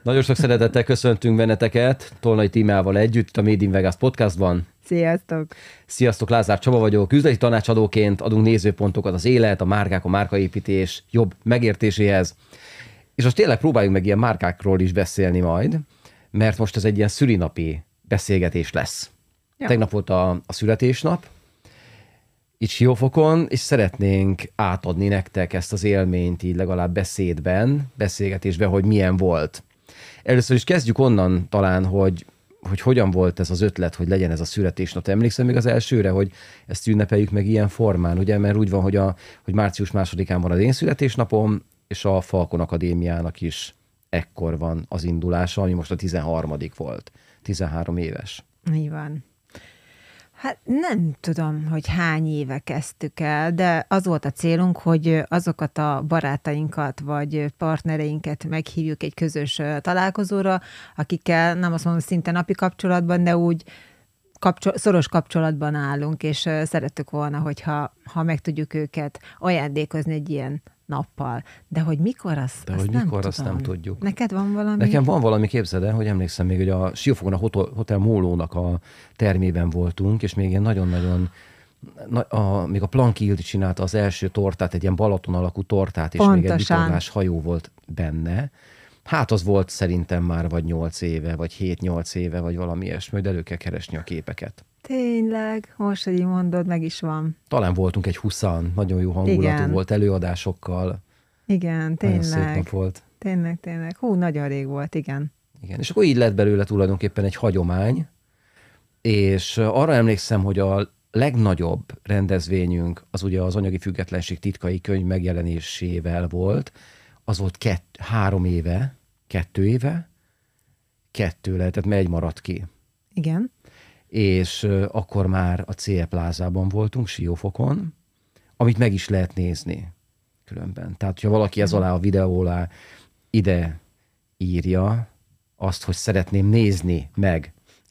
Nagyon sok szeretettel köszöntünk benneteket Tolnai Tímával együtt a Made in Vegas podcastban. Sziasztok! Sziasztok, Lázár Csaba vagyok. Üzleti tanácsadóként adunk nézőpontokat az élet, a márkák, a márkaépítés jobb megértéséhez. És most tényleg próbáljunk meg ilyen márkákról is beszélni majd, mert most ez egy ilyen szülinapi beszélgetés lesz. Ja. Tegnap volt a születésnap, itt Siófokon, és szeretnénk átadni nektek ezt az élményt így legalább beszédben, beszélgetésben, hogy milyen volt. Először is kezdjük onnan talán, hogy hogyan volt ez az ötlet, hogy legyen ez a születésnap. Te emlékszem még az elsőre, hogy ezt ünnepeljük meg ilyen formán, ugye? Mert úgy van, hogy március 2-án van az én születésnapom, és a Falcon Akadémiának is ekkor van az indulása, ami most a 13. volt. 13 éves. Így van. Hát nem tudom, hogy hány éve kezdtük el, de az volt a célunk, hogy azokat a barátainkat vagy partnereinket meghívjuk egy közös találkozóra, akikkel nem azt mondom szinte napi kapcsolatban, de úgy szoros kapcsolatban állunk, és szerettük volna, hogyha meg tudjuk őket ajándékozni egy ilyen nappal. De hogy mikor, azt nem tudjuk. Neked van valami? Nekem van valami, képzeld el, hogy emlékszem még, hogy a Siófokon a Hotel Mólónak a termében voltunk, és még ilyen nagyon-nagyon, még a Planki Ildi csinálta az első tortát, egy ilyen Balaton alakú tortát, és pontosan. Még egy vitorlás hajó volt benne. Hát az volt szerintem már vagy 8 éve, vagy 7-8 éve, vagy valami ilyesmi, de elő kell keresni a képeket. Tényleg, most, hogy így mondod, meg is van. Talán voltunk egy 20-an, nagyon jó hangulatú volt, előadásokkal. Igen, tényleg. Nagyon szép nap volt. Tényleg. Hú, nagyon rég volt, igen. Igen, és akkor így lett belőle tulajdonképpen egy hagyomány, és arra emlékszem, hogy a legnagyobb rendezvényünk az ugye az Anyagi Függetlenség titkai könyv megjelenésével volt, az volt 2 éve, lehetett, mert egy maradt ki. Igen. És akkor már a CE Plázában voltunk, Siófokon, amit meg is lehet nézni különben. Tehát, ha valaki ez alá a videó alá ide írja azt, hogy szeretném nézni meg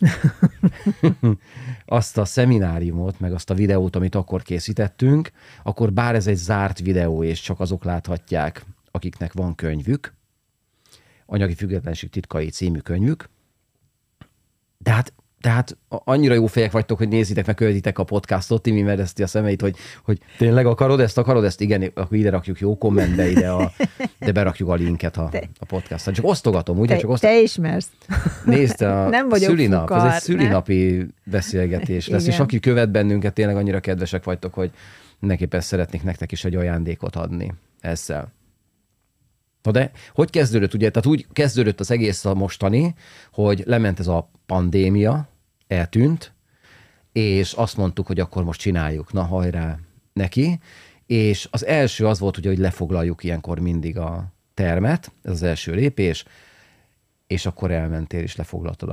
azt a szemináriumot, meg azt a videót, amit akkor készítettünk, akkor bár ez egy zárt videó, és csak azok láthatják, akiknek van könyvük, Anyagi Függetlenség titkai című könyvük, de hát annyira jó fejek vagytok, hogy nézitek, meg követitek a podcastot, Timi medeszti a szemeit, hogy tényleg akarod ezt? Igen, akkor ide rakjuk jó kommentbe, de berakjuk a linket a podcastra. Csak osztogatom, ugye? Te ismersz. Nézd, nem vagyok szülinap, fukar, ez egy szülinapi beszélgetés lesz, és aki követ bennünket, tényleg annyira kedvesek vagytok, hogy mindenképpen szeretnék nektek is egy ajándékot adni ezzel. Na de, hogy kezdődött, ugye? Tehát úgy kezdődött az egész a mostani, hogy lement ez a pandémia, eltűnt, és azt mondtuk, hogy akkor most csináljuk, na hajrá neki, és az első az volt, ugye, hogy lefoglaljuk ilyenkor mindig a termet, ez az első lépés, és akkor elmentél és lefoglaltad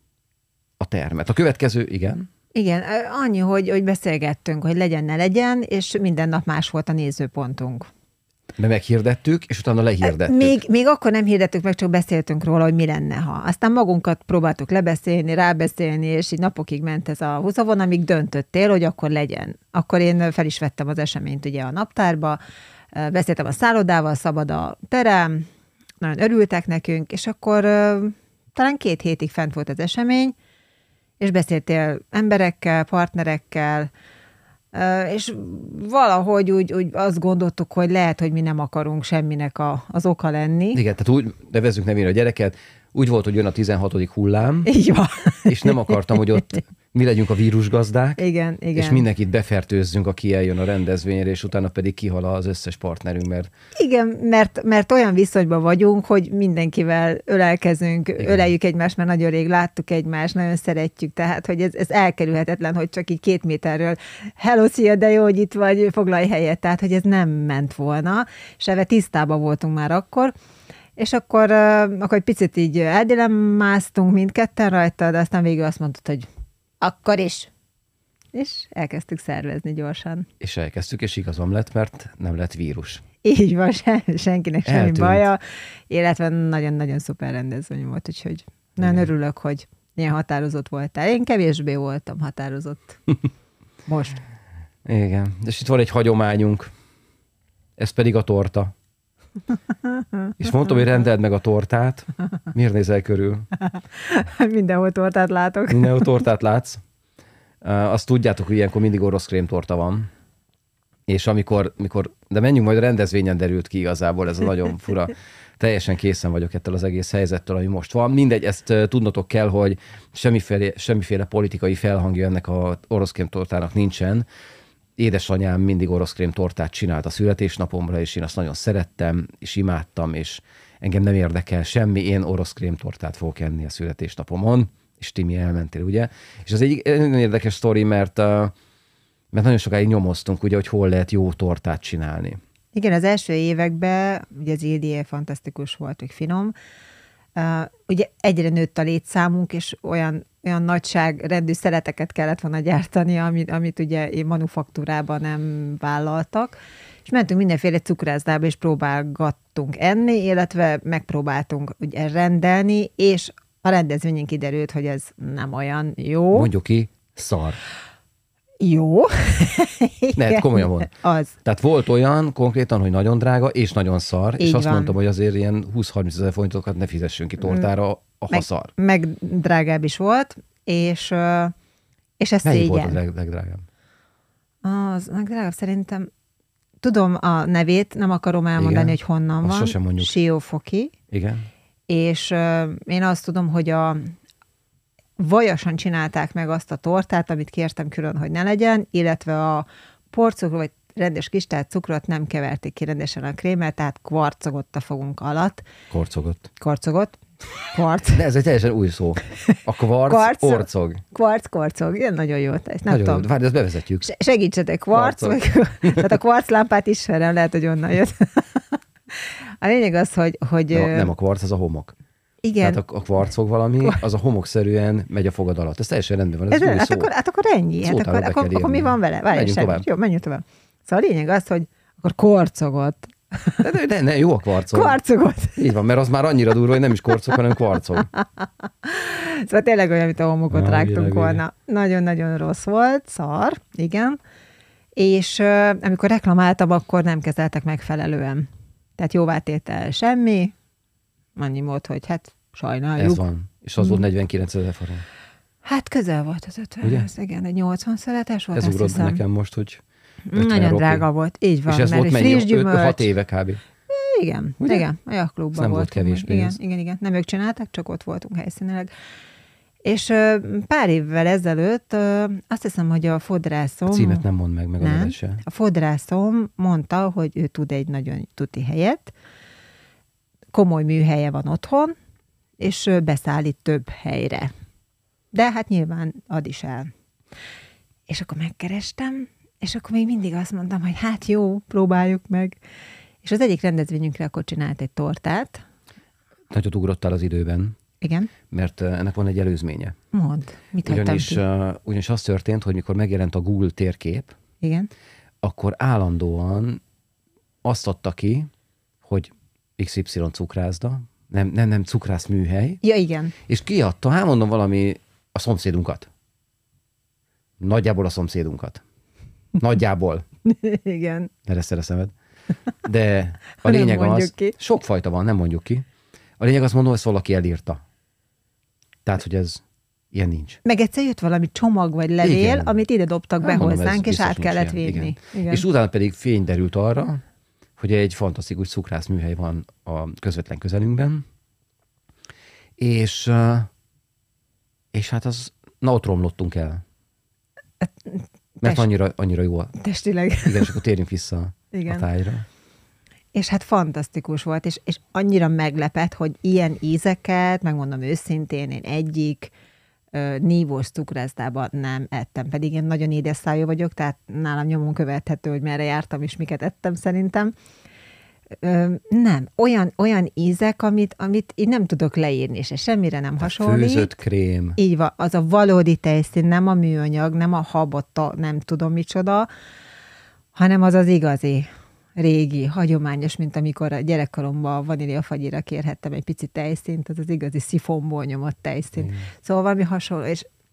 a termet. A következő, igen? Igen, annyi, hogy beszélgettünk, hogy legyen, ne legyen, és minden nap más volt a nézőpontunk. De meghirdettük, és utána lehirdettük. Még akkor nem hirdettük meg, csak beszéltünk róla, hogy mi lenne, ha. Aztán magunkat próbáltuk lebeszélni, rábeszélni, és így napokig ment ez a 20, amíg döntöttél, hogy akkor legyen. Akkor én fel is vettem az eseményt ugye a naptárba, beszéltem a szállodával, szabad a terem, nagyon örültek nekünk, és akkor talán 2 hétig fent volt az esemény, és beszéltél emberekkel, partnerekkel, és valahogy úgy azt gondoltuk, hogy lehet, hogy mi nem akarunk semminek az oka lenni. Igen, tehát úgy nevezzük nevén a gyereket, úgy volt, hogy jön a 16. hullám, így van. És nem akartam, hogy ott mi legyünk a vírusgazdák, igen. És mindenkit befertőzzünk, aki eljön a rendezvényre, és utána pedig kihal az összes partnerünk, mert... Igen, mert olyan viszonyban vagyunk, hogy mindenkivel ölelkezünk, öleljük egymást, mert nagyon rég láttuk egymást, nagyon szeretjük, tehát, hogy ez elkerülhetetlen, hogy csak így 2 méterről hello, szia, de jó, hogy itt vagy, foglalj helyet, tehát, hogy ez nem ment volna, és ebben tisztában voltunk már akkor. És akkor egy picit így eldilemmáztunk mindketten rajta, de aztán végül azt mondtad, hogy akkor is. És elkezdtük szervezni gyorsan. És elkezdtük, és igazam lett, mert nem lett vírus. Így van, senkinek semmi Eltűnt. baja, illetve nagyon-nagyon szuper rendezvény volt, úgyhogy nagyon örülök, hogy ilyen határozott voltál. Én kevésbé voltam határozott. Most. Igen, és itt van egy hagyományunk, ez pedig a torta. És mondtam, hogy rendeld meg a tortát. Miért nézel körül? Mindenhol tortát látok. Mindenhol tortát látsz. Azt tudjátok, hogy ilyenkor mindig orosz krémtorta van. És de menjünk majd, a rendezvényen derült ki igazából, ez a nagyon fura. Teljesen készen vagyok ettől az egész helyzettől, ami most van. Mindegy, ezt tudnotok kell, hogy semmiféle politikai felhangja ennek az orosz krémtortának nincsen. Édesanyám mindig orosz krémtortát csinált a születésnapomra, és én azt nagyon szerettem, és imádtam, és engem nem érdekel semmi, én orosz krémtortát fogok enni a születésnapomon, és Timi elmentél, ugye? És az egy nagyon érdekes sztori, mert nagyon sokáig nyomoztunk, ugye, hogy hol lehet jó tortát csinálni. Igen, az első években, ugye az IDE fantasztikus volt, még finom. Ugye egyre nőtt a létszámunk, és olyan nagyságrendű szeleteket kellett volna gyártani, amit ugye manufaktúrában nem vállaltak. És mentünk mindenféle cukrászdába, és próbálgattunk enni, illetve megpróbáltunk ugye rendelni, és a rendezvényen kiderült, hogy ez nem olyan jó. Mondjuk ki, szar. Jó. Lehet, komolyan volt. Az. Tehát volt olyan konkrétan, hogy nagyon drága és nagyon szar, Így és azt van. mondtam, hogy azért ilyen 20-30 ezer forintokat ne fizessünk ki tortára, ha szar. Meg drágább is volt, és ez Melyik szégyen. volt a legdrágább? Az legdrágább szerintem, tudom a nevét, nem akarom elmondani, Igen. hogy honnan Azt van. sosem mondjuk. Siófoki. Igen. És én azt tudom, hogy vajasan csinálták meg azt a tortát, amit kértem külön, hogy ne legyen, illetve a porcukor, vagy rendes kristálycukrot nem keverték ki rendesen a krémmel, tehát kvarcogott a fogunk alatt. Korcogott. Kvarc. De ez egy teljesen új szó. A kvarc orcog. Kvarcog. Igen, nagyon jó. Ezt nem Nagyon tudom. jó. Várj, ezt bevezetjük. Segítsetek, kvarc. Tehát a kvarclámpát ismerem, lehet, hogy onnan jött. A lényeg az, hogy Nem a kvarc, az a homok. igen. Tehát a kvarcog valami, az a homokszerűen megy a fogad alatt. Ez teljesen rendben van. Ez új szó. akkor ennyi. Akkor mi van vele? Menjünk tovább. Jó, menjünk tovább. Szóval a lényeg az, hogy akkor korcogott. Ne, jó a kvarcog. Kvarcogott. Így van, mert az már annyira durva, hogy nem is korcog, hanem kvarcog. Szóval tényleg olyan, mint a homokot rágtunk világ. volna. Nagyon-nagyon rossz volt, szar, igen. És amikor reklamáltam, akkor nem kezeltek megfelelően. Tehát jóvátétel semmi, annyi mód, hogy hát sajnáljuk. Ez van. És az volt 49 000 forint. Hát közel volt az 50. Ugye? Igen, egy 80 szeletes volt, Ez azt ugrott hiszem. nekem most, hogy 50 Nagyon ropi. drága volt, így van. És ez mert volt egy mennyi? friss gyümölcs. 6 éve kb. Igen, Ugye? igen, a jakklubban Nem volt voltunk. kevés pénz. Igen. Nem ők csinálták, csak ott voltunk helyszínileg. És pár évvel ezelőtt azt hiszem, hogy a fodrászom... A címet nem mondd meg a nem, nevese. a fodrászom mondta, hogy ő tud egy nagyon tuti helyet, komoly műhelye van otthon, és beszállít több helyre. De hát nyilván ad is el. És akkor megkerestem, és akkor még mindig azt mondtam, hogy hát jó, próbáljuk meg. És az egyik rendezvényünkre akkor csinált egy tortát. Nagyot ugrottál az időben, Igen. mert ennek van egy előzménye. Mondd, mit hagytam ki? Ugyanis az történt, hogy mikor megjelent a Google térkép, Igen. akkor állandóan azt adta ki, hogy XY cukrászda, nem cukrász műhely, Ja, igen. és kiadta, hát mondom valami, a szomszédunkat. Nagyjából a szomszédunkat. Nagyjából. Igen. Ne reszed a szemed. De a Nem lényeg mondjuk az, ki. sokfajta van, nem mondjuk ki. A lényeg azt mondom, hogy valaki elírta. Tehát, hogy ez ilyen nincs. Meg egyszer jött valami csomag vagy levél, Igen. amit ide dobtak be Hát mondom, ez hozzánk, és biztos át nincs kellett ilyen. vinni. Igen. És utána pedig fény derült arra, hogy egy fantasztikus cukrászműhely van a közvetlen közelünkben, és hát ott romlottunk el. Mert annyira jó. Testileg. Igen, és akkor térjünk vissza Igen. a tájra. És hát fantasztikus volt, és annyira meglepett, hogy ilyen ízeket, megmondom őszintén, én egyik nívós cukrászdában nem ettem. Pedig én nagyon édes szájú vagyok, tehát nálam nyomon követhető, hogy merre jártam, és miket ettem szerintem. Nem. Olyan ízek, amit így nem tudok leírni, és ez semmire nem hasonlít. Főzött krém. Így van, az a valódi tejszín, nem a műanyag, nem a habota, nem tudom micsoda, hanem az igazi, régi, hagyományos, mint amikor a gyerekkoromban a vaníliafagyira kérhettem egy pici tejszínt, az igazi szifonból nyomott tejszín. Szóval valami hasonló, és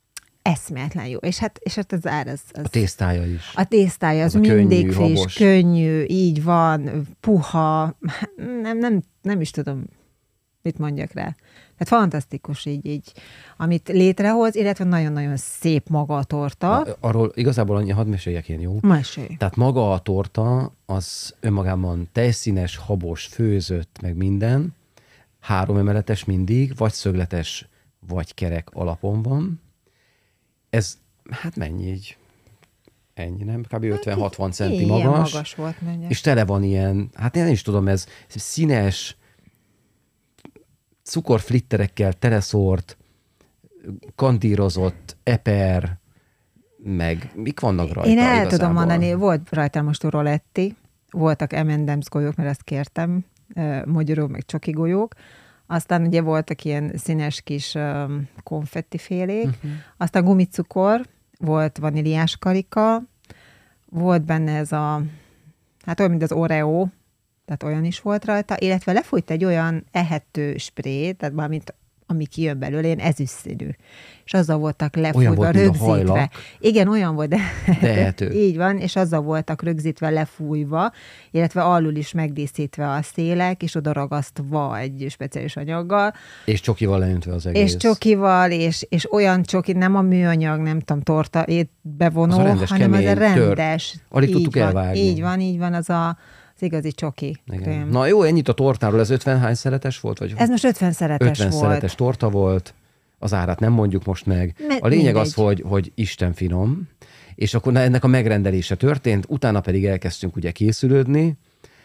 eszméletlen jó. És hát az ár, az A tésztája is. a tésztája, az a mindig könnyű, friss, habos. könnyű, így van, puha, nem is tudom, mit mondjak rá. Tehát fantasztikus így, amit létrehoz, illetve nagyon-nagyon szép maga a torta. Arról igazából annyi, hadd meséljek én, jó? Mesélj. Tehát maga a torta, az önmagában tejszínes, habos, főzött, meg minden, 3 emeletes mindig, vagy szögletes, vagy kerek alapon van. Ez, hát mennyi így? Ennyi, nem? Kb. 50-60 centi Ilyen magas. magas volt, mondja. És tele van ilyen, hát én nem is tudom, ez színes, cukorflitterekkel teleszórt, kandírozott, eper, meg mik vannak rajta Én el igazából? tudom mondani, volt rajta most roletti, voltak M&M's golyók, mert ezt kértem, magyarul, meg csoki golyók, aztán ugye voltak ilyen színes kis konfettifélék, aztán gumicukor, volt vaníliás karika, volt benne ez hát olyan, mint az Oreo, tehát olyan is volt rajta, illetve lefújt egy olyan ehető spré, tehát valamint ami kijön belőle, ilyen ezüstszínű. És azzal voltak lefújva, volt, mint a rögzítve. hajlak. Igen, olyan volt, de ehető. így van, és azzal voltak rögzítve, lefújva, illetve alul is megdíszítve a szélek, és oda ragasztva egy speciális anyaggal. És csokival leöntve az egész. És csokival, és olyan csoki, nem a műanyag, nem tudom, torta bevonó, Az a rendes, hanem az a kemény, rendes. Alig Így tudtuk van, elvágni. így van, az igazi csoki krém. Na jó, ennyit a tortáról, ez 50 hány szeretes volt? Vagy Ez most 50 szeretes 50 volt. szeretes torta volt, az árát nem mondjuk most meg. A lényeg az, hogy Isten finom, és akkor ennek a megrendelése történt, utána pedig elkezdtünk ugye készülődni,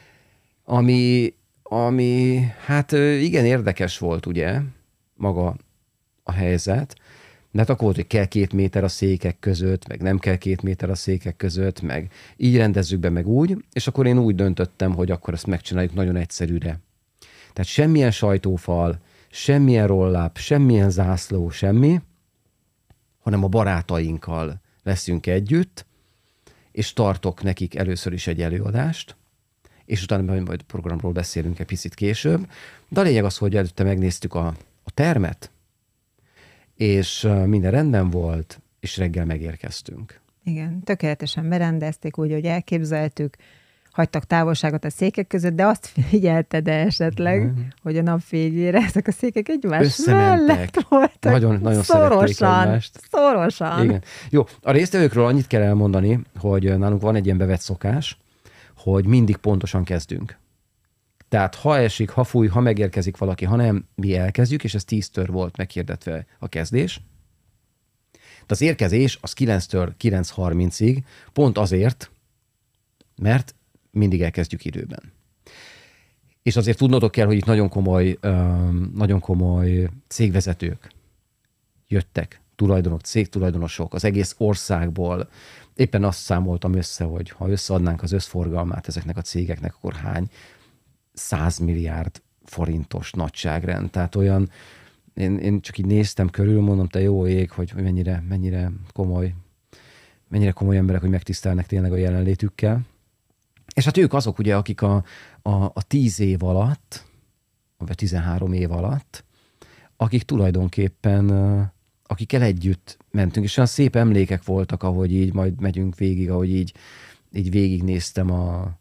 ami hát igen érdekes volt ugye maga a helyzet, mert akkor volt, hogy kell 2 méter a székek között, meg nem kell 2 méter a székek között, meg így rendezzük be, meg úgy, és akkor én úgy döntöttem, hogy akkor ezt megcsináljuk nagyon egyszerűre. Tehát semmilyen sajtófal, semmilyen roll-up, semmilyen zászló, semmi, hanem a barátainkkal leszünk együtt, és tartok nekik először is egy előadást, és utána majd programról beszélünk egy picit később. De a lényeg az, hogy előtte megnéztük a termet, és minden rendben volt, és reggel megérkeztünk. Igen, tökéletesen berendezték úgy, hogy elképzeltük, hagytak távolságot a székek között, de azt figyelte esetleg, hogy a nap végére ezek a székek egymás mellett voltak. Nagyon szerették egymást. Szorosan. Igen. Jó, a résztvevőkről annyit kell elmondani, hogy nálunk van egy ilyen bevett szokás, hogy mindig pontosan kezdünk. Tehát ha esik, ha fúj, ha megérkezik valaki, ha nem, mi elkezdjük, és ez 10-től volt meghirdetve a kezdés. De az érkezés az 9-től 9:30-ig, pont azért, mert mindig elkezdjük időben. És azért tudnotok kell, hogy itt nagyon komoly cégvezetők jöttek, cégtulajdonosok az egész országból. Éppen azt számoltam össze, hogy ha összeadnánk az összforgalmát ezeknek a cégeknek, akkor hány 100 milliárd forintos nagyságrend. Tehát olyan, én csak így néztem körül, mondom, te jó ég, hogy mennyire komoly emberek, hogy megtisztelnek tényleg a jelenlétükkel. És hát ők azok ugye, akik a 10 év alatt, vagy 13 év alatt, akik tulajdonképpen, akikkel együtt mentünk, és olyan szép emlékek voltak, ahogy így majd megyünk végig, ahogy így végignéztem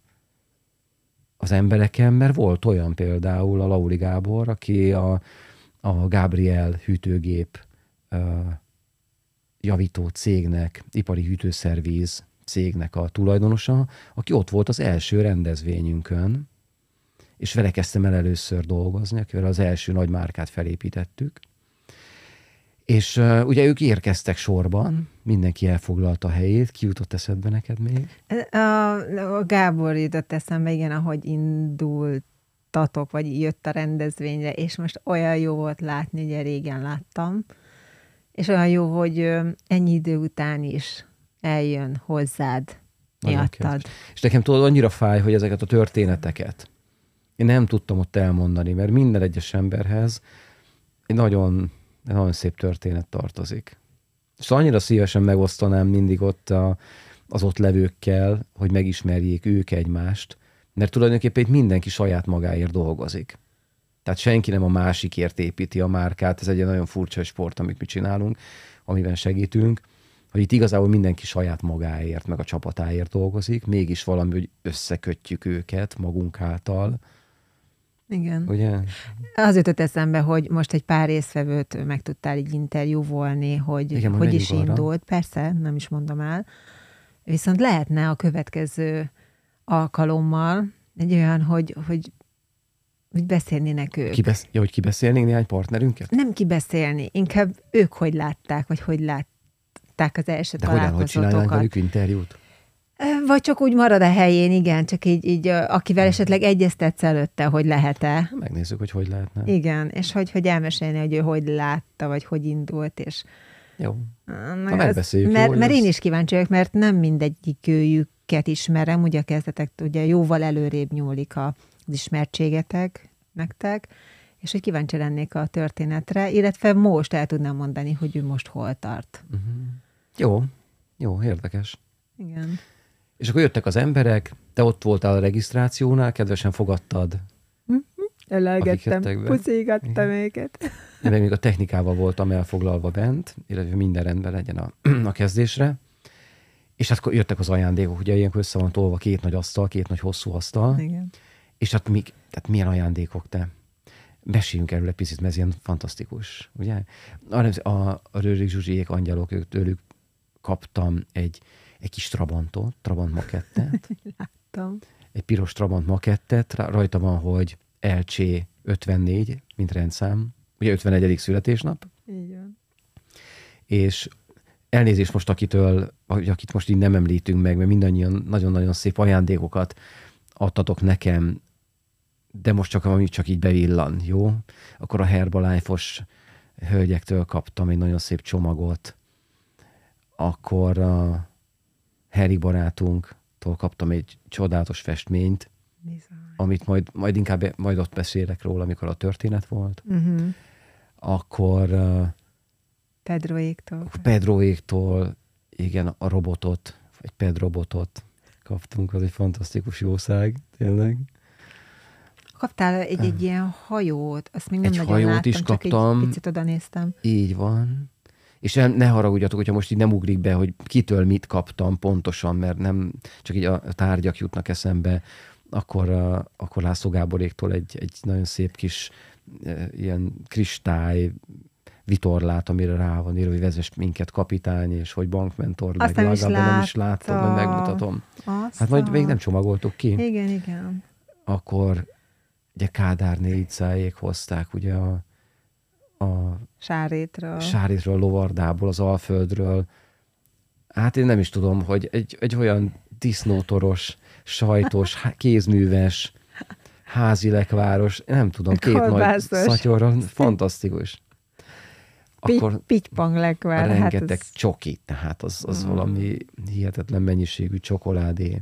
az embereken, mert volt olyan például a Lauri Gábor, aki a Gabriel hűtőgép javító cégnek, ipari hűtőszervíz cégnek a tulajdonosa, aki ott volt az első rendezvényünkön, és vele kezdtem el először dolgozni, akivel az első nagy márkát felépítettük. És ugye ők érkeztek sorban, mindenki elfoglalta a helyét. Ki jutott eszedbe neked még? A Gábor jutott eszembe, igen, ahogy indultatok, vagy jött a rendezvényre, és most olyan jó volt látni, ugye régen láttam, és olyan jó, hogy ennyi idő után is eljön hozzád miattad. És nekem tudod, annyira fáj, hogy ezeket a történeteket én nem tudtam ott elmondani, mert minden egyes emberhez egy nagyon szép történet tartozik. És annyira szívesen megosztanám mindig ott az ott levőkkel, hogy megismerjék ők egymást, mert tulajdonképpen itt mindenki saját magáért dolgozik. Tehát senki nem a másikért építi a márkát, ez egy nagyon furcsa sport, amit mi csinálunk, amiben segítünk, hogy itt igazából mindenki saját magáért, meg a csapatáért dolgozik, mégis valami, hogy összekötjük őket magunk által. Igen. Ugye? Az jutott eszembe, hogy most egy pár résztvevőt meg tudtál így interjúvolni, hogy Igen, hogy is arra. indult. Persze, nem is mondom el. Viszont lehetne a következő alkalommal egy olyan, hogy beszélnének ők. Hogy kibeszélnénk néhány partnerünket? Nem kibeszélni, inkább ők hogy látták, vagy hogy látták az első De hogyan, hogy csinálnánk találkozótokat. velük interjút? Vagy csak úgy marad a helyén, igen, csak így akivel esetleg egyeztetsz előtte, hogy lehet-e. Megnézzük, hogy lehetne. Igen, és hogy elmesélni, hogy ő hogy látta, vagy hogy indult, és... Jó. Na, megbeszéljük. Mert én is kíváncsi vagyok, mert nem mindegyik őjüket ismerem, ugye a kezdetek ugye jóval előrébb nyúlik az ismertségetek nektek, és hogy kíváncsi lennék a történetre, illetve most el tudnám mondani, hogy ő most hol tart. Jó, érdekes. Igen. És akkor jöttek az emberek, te ott voltál a regisztrációnál, kedvesen fogadtad. Ölelgettem, puszígattam őket. Én még a technikával voltam elfoglalva bent, illetve minden rendben legyen a kezdésre. És hát jöttek az ajándékok, ugye ilyenkor össze van tolva két nagy asztal, két nagy hosszú asztal. Igen. És hát tehát milyen ajándékok te? Meséljünk erről egy picit, mert ez ilyen fantasztikus, ugye? A Rőrik Zsuzsiék angyalok, tőlük kaptam egy kis Trabant makettet. Láttam. Egy piros Trabant makettet, rajta van, hogy LC 54, mint rendszám, ugye 51. születésnap. Így van. És elnézést most akit most így nem említünk meg, mert mindannyian nagyon-nagyon szép ajándékokat adtatok nekem, de most csak így bevillan, jó? Akkor a Herbalife-os hölgyektől kaptam egy nagyon szép csomagot, akkor a Herik barátunktól kaptam egy csodálatos festményt, Bizony. amit majd inkább ott beszélek róla, amikor a történet volt. Uh-huh. Akkor Pedroéktól. Igen, a robotot, egy pedrobotot kaptunk, az egy fantasztikus jószág, tényleg. Kaptál egy ilyen hajót, azt még nem egy nagyon hajót láttam, is csak kaptam. egy picit oda néztem. Így van. És ne haragudjatok, hogyha most így nem ugrik be, hogy kitől mit kaptam pontosan, mert nem csak így a tárgyak jutnak eszembe, akkor László Gáboréktól egy nagyon szép kis ilyen kristály vitorlát, amire rá van írva, hogy vezess minket kapitány, és hogy bankmentor, azt meg nem is láttam, meg megmutatom. Hát majd még nem csomagoltuk ki. Igen. Akkor ugye Kádár Négyzáék hozták ugye a Sárétről, Lovardából, az Alföldről. Hát én nem is tudom, hogy egy olyan disznótoros, sajtos, kézműves, házi lekváros, nem tudom, két nagy szatyorral, fantasztikus. Akkor Pittypang lekvár. rengeteg csoki, tehát az valami hihetetlen mennyiségű csokoládé.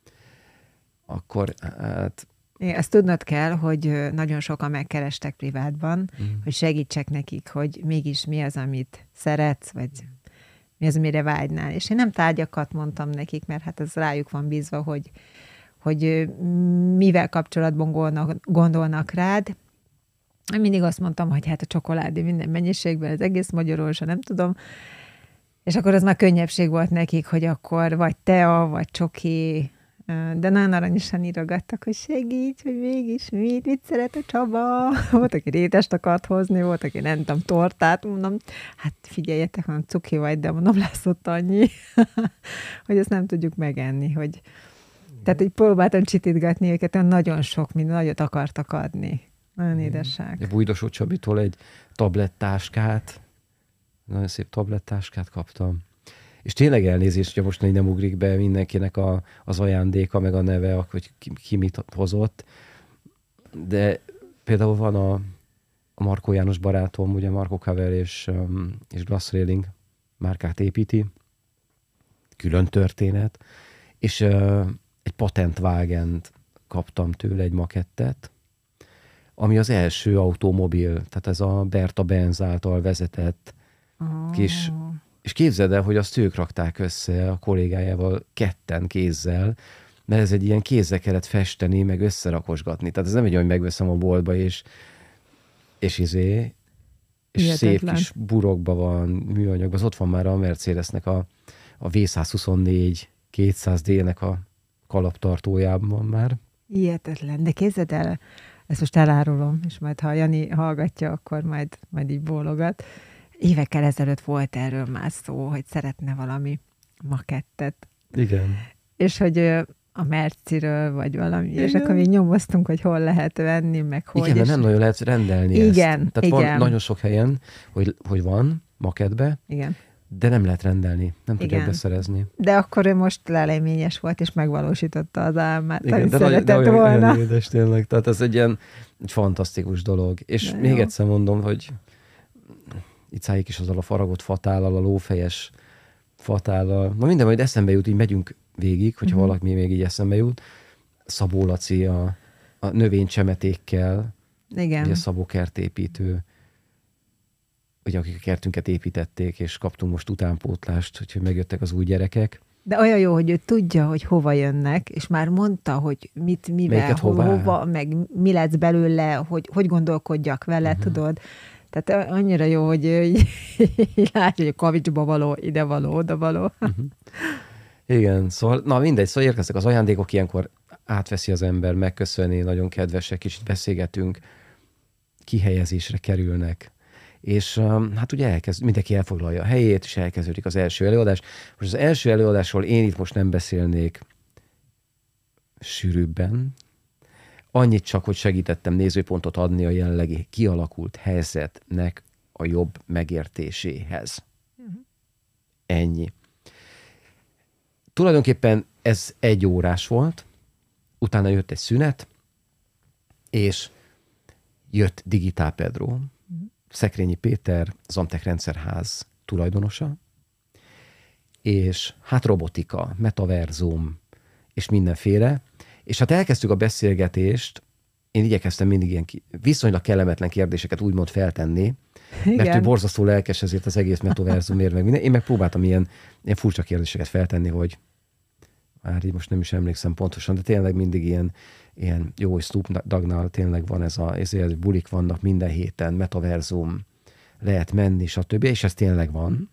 Akkor hát... Ezt tudnod kell, hogy nagyon sokan megkerestek privátban, hogy segítsek nekik, hogy mégis mi az, amit szeretsz, vagy mi az, amire vágynál. És én nem tárgyakat mondtam nekik, mert hát ez rájuk van bízva, hogy mivel kapcsolatban gondolnak rád. Én mindig azt mondtam, hogy hát a csokoládé minden mennyiségben, az egész magyarorsa, nem tudom. És akkor az már könnyebbség volt nekik, hogy akkor vagy tea, vagy csoki, de nagyon aranyosan írogattak, hogy segíts, hogy mégis mit szeret a Csaba. Volt, aki rétest akart hozni, volt, aki nem tudom, tortát, mondom, hát figyeljetek, hanem cuki vagy, de mondom, lesz ott annyi, hogy ezt nem tudjuk megenni, hogy... Tehát így próbáltam csitítgatni őket, nagyon sok minden, nagyot akartak adni. Nagyon édesek. Bújdosó Csabitól egy tablettáskát, nagyon szép tablettáskát kaptam. És tényleg elnézést, hogy most nem ugrik be mindenkinek az ajándéka, meg a neve, hogy ki mit hozott. De például van a Markó János barátom, ugye Markó Kavel és Glass Railing márkát építi. Külön történet. És egy patentvágent kaptam tőle, egy makettet, ami az első automobil, tehát ez a Berta Benz által vezetett kis... És képzeld el, hogy azt ők rakták össze a kollégájával ketten kézzel, mert ez egy ilyen kézzel kellett festeni, meg összerakosgatni. Tehát ez nem egy olyan, hogy megveszem a boltba, és és Hihetetlen. szép kis burokban van, műanyagban. Az ott van már a Mercedesnek a V124 200D-nek a kalaptartójában van már. Hihetetlen, de képzeld el, ezt most elárulom, és majd ha Jani hallgatja, akkor majd így bólogat. Évekkel ezelőtt volt erről már szó, hogy szeretne valami makettet. Igen. És hogy a Merciről, vagy valami, és akkor még nyomoztunk, hogy hol lehet venni, meg hogy. Igen, de nem nagyon lehet rendelni igen, ezt. Tehát igen. van nagyon sok helyen, hogy van maketbe, Igen. de nem lehet rendelni, nem tudják Igen. beszerezni. De akkor ő most leleményes volt, és megvalósította az álmát, Igen, amit de szeretett olyan, volna. olyan édes tényleg. Tehát ez egy ilyen fantasztikus dolog. És de még jó. egyszer mondom, hogy icáig is azzal a faragott fatállal, a lófejes fatállal. Na minden, majd eszembe jut, így megyünk végig, hogyha valaki még így eszembe jut. Szabó Laci a növénycsemetékkel, Igen. ugye Szabó kertépítő, ugye akik a kertünket építették, és kaptunk most utánpótlást, hogy megjöttek az új gyerekek. De olyan jó, hogy ő tudja, hogy hova jönnek, és már mondta, hogy mit, mivel, Melyiket hová? hova, meg mi lesz belőle, hogy gondolkodjak vele, tudod. Tehát annyira jó, hogy ő így látja, hogy a kavicsba való, ide való, oda való. Igen, szóval, na mindegy, szóval érkeztek az ajándékok, ilyenkor átveszi az ember, megköszöni, nagyon kedvesek, kicsit beszélgetünk, kihelyezésre kerülnek. És hát ugye mindenki elfoglalja a helyét, és elkezdődik az első előadás. Most az első előadásról én itt most nem beszélnék sűrűbben. Annyit csak, hogy segítettem nézőpontot adni a jelenlegi kialakult helyzetnek a jobb megértéséhez. Ennyi. Tulajdonképpen ez 1 órás volt, utána jött egy szünet, és jött Digitál Pedro, Szekrényi Péter, Zamtech Rendszerház tulajdonosa, és hát robotika, metaverzum, és mindenféle. És hát elkezdtük a beszélgetést, én igyekeztem mindig ilyen viszonylag kellemetlen kérdéseket úgymond feltenni, mert ő borzasztó lelkes ezért az egész metaverzumért, meg minden. Én meg próbáltam ilyen furcsa kérdéseket feltenni, hogy már így most nem is emlékszem pontosan, de tényleg mindig ilyen jó, hogy Snoop Doggnal tényleg van ezért bulik vannak minden héten, metaverzum, lehet menni, stb. És ez tényleg van.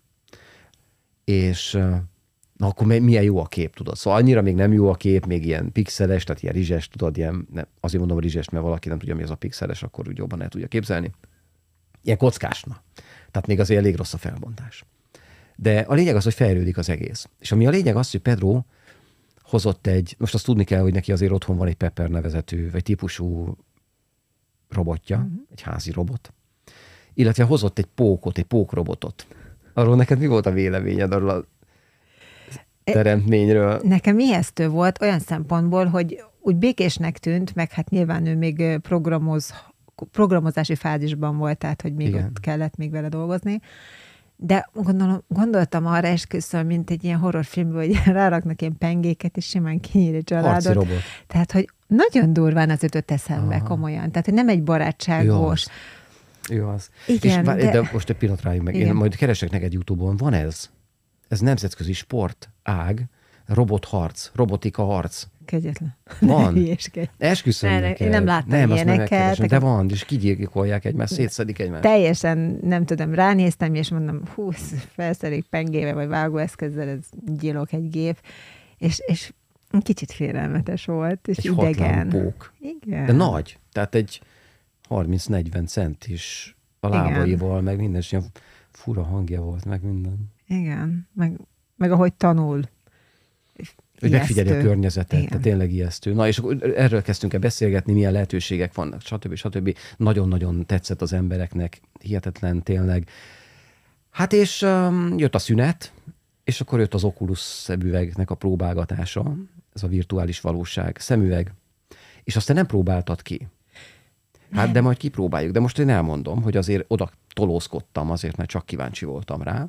És na akkor milyen jó a kép, tudod. Szóval annyira még nem jó a kép, még ilyen pixeles, tehát ilyen rizses, tudod, ilyen, nem, azért mondom rizses, mert valaki nem tudja, mi az a pixeles, akkor úgy jobban el tudja képzelni. Ilyen kockásna. Tehát még azért elég rossz a felbontás. De a lényeg az, hogy fejlődik az egész. És ami a lényeg az, hogy Pedro hozott most azt tudni kell, hogy neki azért otthon van egy Pepper nevezetű, vagy típusú robotja, egy házi robot, illetve hozott egy pókrobotot. Arról neked mi volt a véleményed arról a teremtményről? Nekem ijesztő volt olyan szempontból, hogy úgy békésnek tűnt, meg hát nyilván ő még programozási fázisban volt, tehát hogy még Igen. ott kellett még vele dolgozni. De gondoltam arra esküszöm, mint egy ilyen horrorfilmből, hogy ráraknak ilyen pengéket, és simán kinyír egy Harci családot. robot. Tehát, hogy nagyon durván az jutott eszembe, komolyan. Tehát, hogy nem egy barátságos. Jó az. Igen, és de most egy pillanat rájuk meg. Igen. Én majd keresek neked YouTube-on. Van ez? Ez nemzetközi sport, ág, robotharc, robotika harc. Kegyetlen. Van. Hülyéskedj. Esküszöm Ne, neked. én nem láttam azt ilyeneket. megkeresem. De van, és kigyilkolják egymást, szétszedik egymást. Teljesen, nem tudom, ránéztem, és mondom, felszedik pengével, vagy vágóeszközzel, ez gyilok egy gép, és kicsit félelmetes volt, és egy idegen. hatlan pók. Igen. De nagy. Tehát egy 30-40 centis a lábaival, meg minden, és ilyen fura hangja volt, meg minden. Igen, meg ahogy tanul. Hogy megfigyeli a környezetet, Igen. tehát tényleg ijesztő. Na, és akkor erről kezdtünk el beszélgetni, milyen lehetőségek vannak, stb. Nagyon-nagyon tetszett az embereknek, hihetetlen tényleg. Hát és jött a szünet, és akkor jött az Oculus szemüvegnek a próbálgatása, ez a virtuális valóság szemüveg, és azt te nem próbáltad ki. Hát de majd kipróbáljuk. De most én elmondom, hogy azért oda tolózkodtam azért, mert csak kíváncsi voltam rá.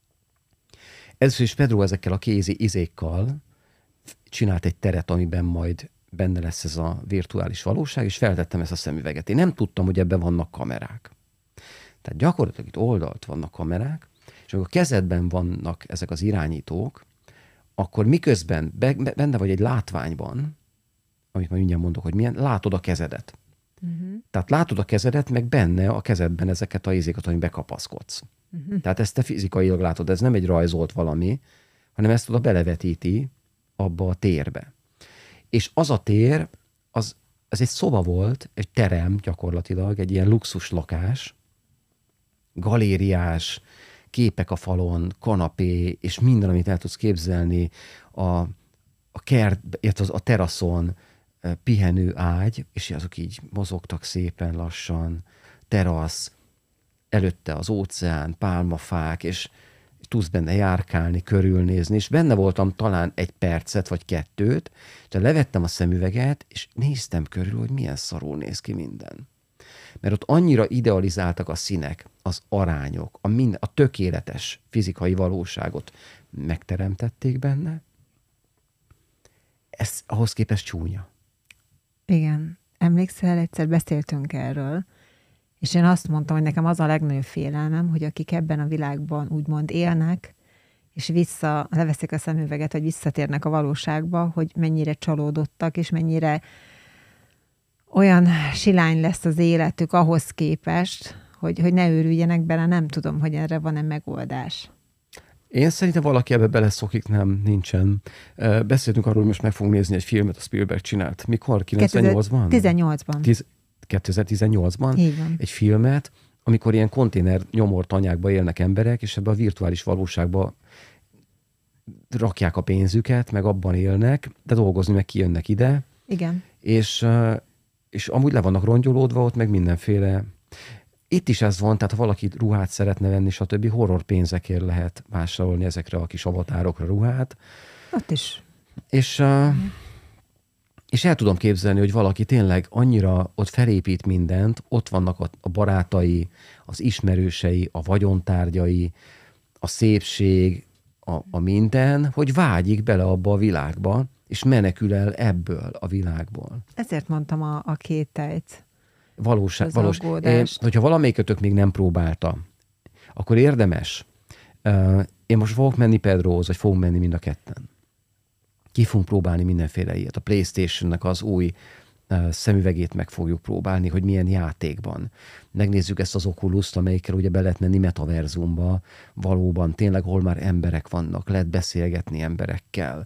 Először is Pedro ezekkel a kézi izékkal csinált egy teret, amiben majd benne lesz ez a virtuális valóság, és feltettem ezt a szemüveget. Én nem tudtam, hogy ebben vannak kamerák. Tehát gyakorlatilag itt oldalt vannak kamerák, és amikor a kezedben vannak ezek az irányítók, akkor miközben benne vagy egy látványban, amit majd mindjárt mondok, hogy milyen, látod a kezedet. Tehát látod a kezedet, meg benne a kezedben ezeket a izékat, amit bekapaszkodsz. Tehát ezt te fizikailag látod, ez nem egy rajzolt valami, hanem ezt oda belevetíti abba a térbe. És az a tér, ez egy szoba volt, egy terem gyakorlatilag, egy ilyen luxus lakás, galériás, képek a falon, kanapé, és minden, amit el tudsz képzelni, a kert, a teraszon pihenő ágy, és azok így mozogtak szépen lassan, terasz, előtte az óceán, pálmafák, és tudsz benne járkálni, körülnézni, és benne voltam talán 1 percet, vagy 2, és levettem a szemüveget, és néztem körül, hogy milyen szarul néz ki minden. Mert ott annyira idealizáltak a színek, az arányok, a tökéletes fizikai valóságot megteremtették benne, ez ahhoz képest csúnya. Igen. Emlékszel, egyszer beszéltünk erről, és én azt mondtam, hogy nekem az a legnagyobb félelmem, hogy akik ebben a világban úgymond élnek, és leveszik a szemüveget, vagy visszatérnek a valóságba, hogy mennyire csalódottak, és mennyire olyan silány lesz az életük ahhoz képest, hogy ne őrüljenek bele, nem tudom, hogy erre van-e megoldás. Én szerintem valaki ebbe beleszokik, nincsen. Beszéltünk arról, hogy most meg fogunk nézni egy filmet, a Spielberg csinált. Mikor? 98-ban? 18-ban. 2018-ban. Így van. Egy filmet, amikor ilyen konténer nyomortanyákba élnek emberek, és ebbe a virtuális valóságba rakják a pénzüket, meg abban élnek, de dolgozni meg kijönnek ide. Igen. És amúgy le vannak rongyolódva ott, meg mindenféle. Itt is ez van, tehát ha valaki ruhát szeretne venni, stb. Horror pénzekért lehet vásárolni ezekre a kis avatárokra ruhát. Ott is. És el tudom képzelni, hogy valaki tényleg annyira ott felépít mindent, ott vannak a barátai, az ismerősei, a vagyontárgyai, a szépség, a minden, hogy vágyik bele abba a világba, és menekül el ebből a világból. Ezért mondtam a kételyt. Valós. Aggódást. Hogyha valamelyikötök még nem próbálta, akkor érdemes. Én most fogok menni Pedrohoz, vagy fogunk menni mind a ketten. Ki fogunk próbálni mindenféle ilyet. A PlayStation-nek az új szemüvegét meg fogjuk próbálni, hogy milyen játékban. Megnézzük ezt az Oculus-t, amelyikkel ugye be lehet menni metaverzumba, valóban tényleg, hol már emberek vannak, lehet beszélgetni emberekkel.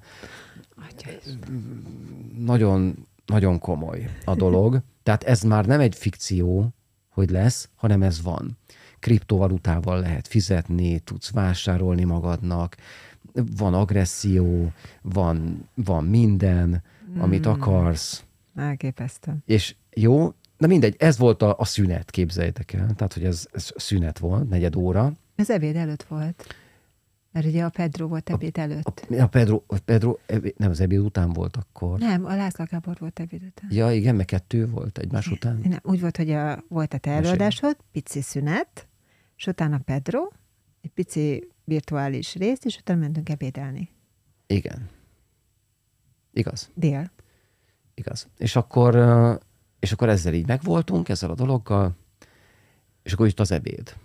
Nagyon, nagyon komoly a dolog. Tehát ez már nem egy fikció, hogy lesz, hanem ez van. Kriptovalutával lehet fizetni, tudsz vásárolni magadnak, van agresszió, van minden, amit akarsz. Elképesztő. És jó, na mindegy, ez volt a szünet, képzeljétek el. Tehát, hogy ez szünet volt, 4 óra. Ez ebéd előtt volt. Mert ugye a Pedro volt ebéd előtt. A Pedro nem az ebéd után volt akkor. Nem, a László Gábor volt ebéd után. Ja, igen, meg 2 volt egymás után. Nem, úgy volt, hogy volt a te előadásod, pici szünet, és utána Pedro, egy pici virtuális rész, és utána mentünk ebédelni. Igen. Igaz. Dél. Igaz. És akkor ezzel így megvoltunk, ezzel a dologgal, és akkor jött az ebéd.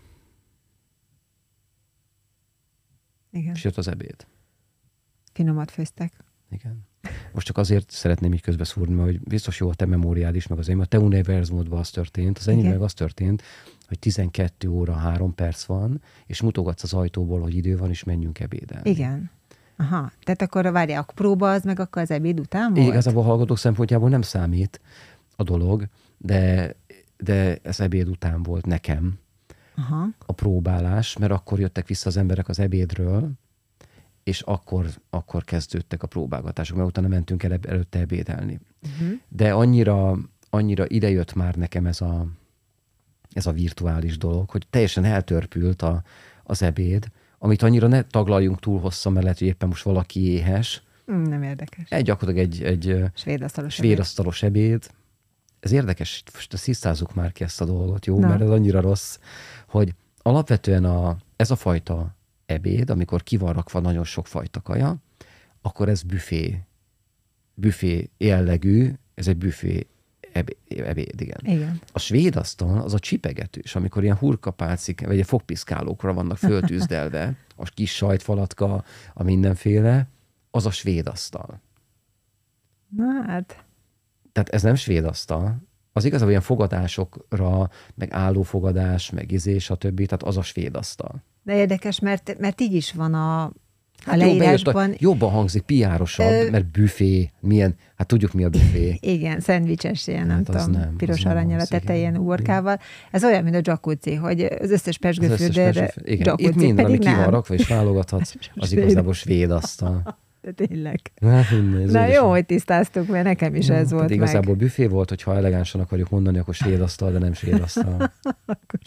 Igen. És jött az ebéd. Finomat főztek. Igen. Most csak azért szeretném így közbeszúrni, hogy biztos jó a te memóriád is, meg az enyém. A te univerzumodban az történt, az enyém meg az történt, hogy 12 óra 3 perc van, és mutogatsz az ajtóból, hogy idő van, és menjünk ebédelni. Igen. Aha, tehát akkor várjál, a próba az meg akkor az ebéd után volt? Igazából a hallgatók szempontjából nem számít a dolog, de ez ebéd után volt nekem. Aha. A próbálás, mert akkor jöttek vissza az emberek az ebédről, és akkor kezdődtek a próbálgatások, mert utána mentünk el előtte ebédelni. Uh-huh. De annyira idejött már nekem ez a virtuális dolog, hogy teljesen eltörpült az ebéd, amit annyira ne taglaljunk túl hosszan, mert lehet, hogy éppen most valaki éhes. Nem érdekes. Gyakorlatilag egy svéd asztalos ebéd. Ez érdekes, most tisztázzuk már ki ezt a dolgot, jó? Na. Mert ez annyira rossz, hogy alapvetően ez a fajta ebéd, amikor ki van rakva nagyon sok fajta kaja, akkor ez büfé jellegű, ez egy büfé ebéd, igen. Igen. A svéd asztal az a csipegetős, amikor ilyen hurkapálcik, vagy fogpiszkálókra vannak föltűzdelve, a kis sajtfalatka, a mindenféle, az a svéd asztal. Na hát. Tehát ez nem svéd asztal, az igazából ilyen fogadásokra, meg állófogadás, meg stb. Tehát az a svéd asztal. De érdekes, mert így is van a Hát leírásban. Jobban hangzik, piárosabb, mert büfé, hát tudjuk mi a büfé. Igen, szendvicses, ilyen, nem tudom, piros aranyal a tetején uborkával. Ez olyan, mint a jacuzzi, hogy az összes pezsgőfürdőre jacuzzi. Itt minden, ami ki van rakva, és válogathatsz, az igazából svéd asztal. De tényleg. Na jó, hogy tisztáztuk, mert nekem is ez volt meg. Igazából büfé volt, hogyha elegánsan akarjuk mondani, akkor svéd asztal, de nem svéd asztal. Akkor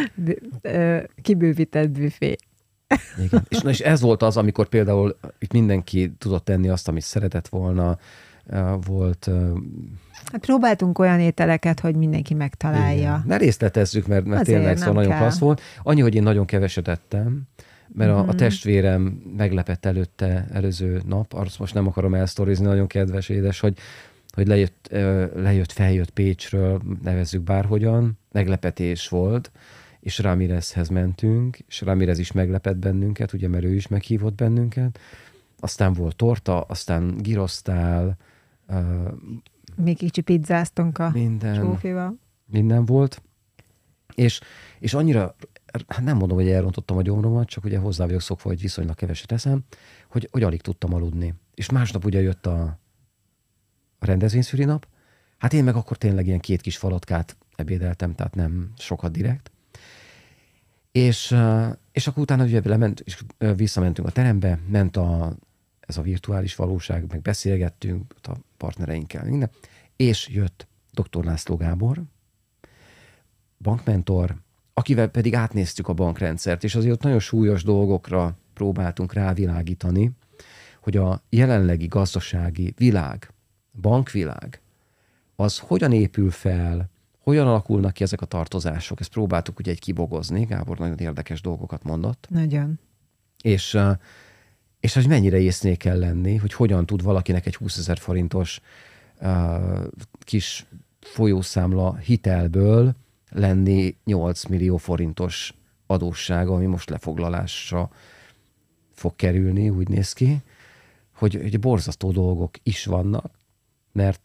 kibővített büfé. Igen. És ez volt az, amikor például itt mindenki tudott tenni azt, amit szeretett volna, volt... Hát próbáltunk olyan ételeket, hogy mindenki megtalálja. Igen. Ne részletezzük, mert tényleg szóval nagyon klassz volt. Annyi, hogy én nagyon keveset ettem, mert a testvérem meglepett előző nap, azt most nem akarom elsztorizni, nagyon kedves édes, hogy feljött Pécsről, nevezzük bárhogyan, meglepetés volt, és Ramirezhez mentünk, és Ramirez is meglepett bennünket, ugye, mert ő is meghívott bennünket. Aztán volt torta, aztán girosztál. Még kicsi pizzáztunk a Zsófival. Minden volt. És annyira, hát nem mondom, hogy elrontottam a gyomromat, csak ugye hozzá vagyok szokva, hogy viszonylag keveset eszem, hogy alig tudtam aludni. És másnap ugye jött a rendezvényszüli nap, hát én meg akkor tényleg ilyen 2 kis falatkát ebédeltem, tehát nem sokat direkt. És akkor utána ugye és visszamentünk a terembe, ment ez a virtuális valóság, meg beszélgettünk a partnereinkkel, minden, és jött dr. László Gábor, bankmentor, akivel pedig átnéztük a bankrendszert, és azért ott nagyon súlyos dolgokra próbáltunk rávilágítani, hogy a jelenlegi gazdasági világ, bankvilág, az hogyan épül fel, hogyan alakulnak ki ezek a tartozások. Ezt próbáltuk ugye kibogozni. Gábor nagyon érdekes dolgokat mondott. Nagyon. És hogy mennyire észnél kell lenni, hogy hogyan tud valakinek egy 20 000 forintos kis folyószámla hitelből lenni 8 millió forintos adóssága, ami most lefoglalásra fog kerülni, úgy néz ki, hogy borzasztó dolgok is vannak, mert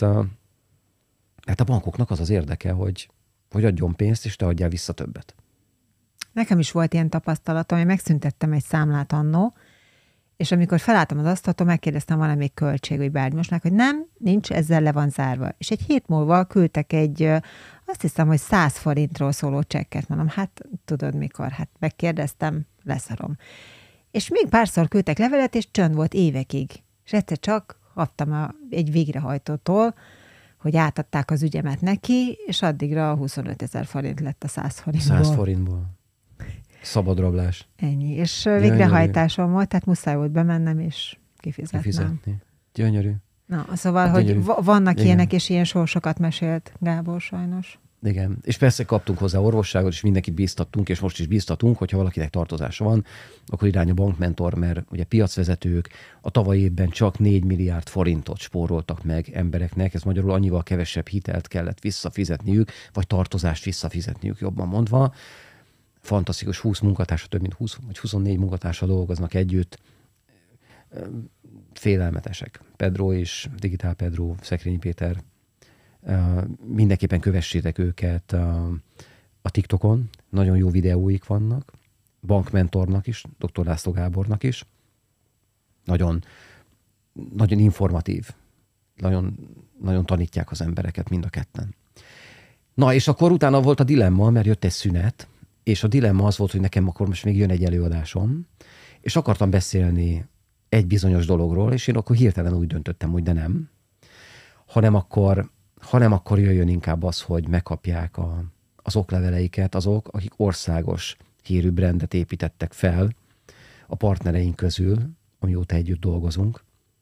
a bankoknak az érdeke, hogy adjon pénzt, és te adjál vissza többet. Nekem is volt ilyen tapasztalatom, hogy megszüntettem egy számlát annó, és amikor felálltam az asztaltól, megkérdeztem, van-e még költség, vagy bármi most, hogy nem, nincs, ezzel le van zárva. És egy hét múlva küldtek azt hiszem, hogy 100 forintról szóló csekket. Mondom, hát tudod mikor, hát megkérdeztem, leszarom. És még párszor küldtek levelet, és csönd volt évekig. És egyszer csak kaptam egy végrehajtótól, hogy átadták az ügyemet neki, és addigra 25 000 forint lett a 100 forintból. 100 forintból. Szabadrablás. Ennyi. És végrehajtásom volt, tehát muszáj volt bemennem, és kifizetni. Gyönyörű. Na, szóval, hogy vannak ilyenek, és ilyen sorsokat mesélt Gábor sajnos. Igen. És persze kaptunk hozzá orvosságot, és mindenkit bíztattunk, és most is bíztatunk, hogyha valakinek tartozása van, akkor irány a bankmentor, mert ugye piacvezetők a tavalyi évben csak 4 milliárd forintot spóroltak meg embereknek, ez magyarul annyival kevesebb hitelt kellett visszafizetniük, vagy tartozást visszafizetniük, jobban mondva. Fantasztikus 20 munkatársa, több mint 20 vagy 24 munkatársa dolgoznak együtt. Félelmetesek. Pedro is, Digitál Pedro, Szekrényi Péter, mindenképpen kövessétek őket a TikTokon, nagyon jó videóik vannak, bankmentornak is, dr. László Gábornak is, nagyon, nagyon informatív, nagyon, nagyon tanítják az embereket mind a ketten. Na, és akkor utána volt a dilemma, mert jött egy szünet, és a dilemma az volt, hogy nekem akkor most még jön egy előadásom, és akartam beszélni egy bizonyos dologról, és én akkor hirtelen úgy döntöttem, hogy de nem, hanem akkor jöjjön inkább az, hogy megkapják az okleveleiket azok, akik országos hírű brandet építettek fel a partnereink közül, amióta együtt dolgozunk,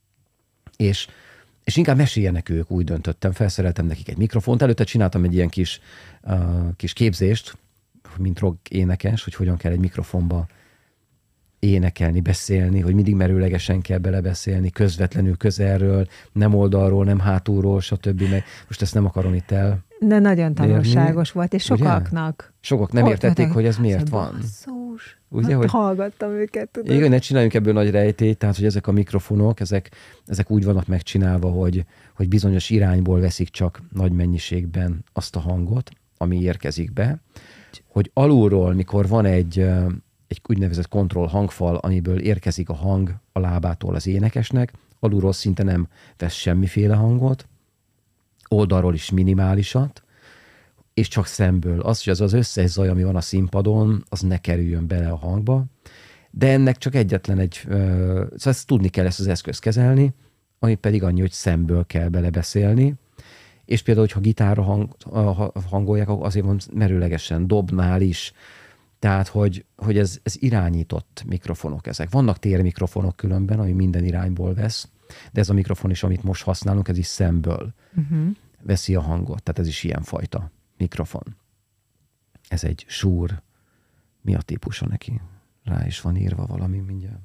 és inkább meséljenek ők, úgy döntöttem, felszereltem nekik egy mikrofont, előtte csináltam egy ilyen kis képzést, mint rock énekes, hogy hogyan kell egy mikrofonba énekelni, beszélni, hogy mindig merőlegesen kell belebeszélni, közvetlenül közelről, nem oldalról, nem hátulról, stb. Meg most ezt nem akarom itt De nagyon tanulságos volt, és sokaknak. Sokak nem értették, hogy ez miért van. Basszus. Ugye, Hát hogy hallgattam őket, tudod. igen, ne csináljunk ebből nagy rejtélyt, tehát, hogy ezek a mikrofonok, ezek úgy vannak megcsinálva, hogy bizonyos irányból veszik csak nagy mennyiségben azt a hangot, ami érkezik be, hogy alulról, mikor van egy úgynevezett kontroll hangfal, amiből érkezik a hang a lábától az énekesnek, alulról szinte nem vesz semmiféle hangot, oldalról is minimálisat, és csak szemből. Az, hogy az összes zaj, ami van a színpadon, az ne kerüljön bele a hangba, de ennek csak egyetlen szóval ezt tudni kell ezt az eszközt kezelni, ami pedig annyi, hogy szemből kell belebeszélni, és például, hogyha gitárra hangolják, azért van merőlegesen, dobnál is, tehát, hogy ez irányított mikrofonok ezek. Vannak térmikrofonok különben, ami minden irányból vesz, de ez a mikrofon is, amit most használunk, ez is szemből veszi a hangot. Tehát ez is ilyenfajta mikrofon. Ez egy Shure. Mi a típusa neki? Rá is van írva valami mindjárt.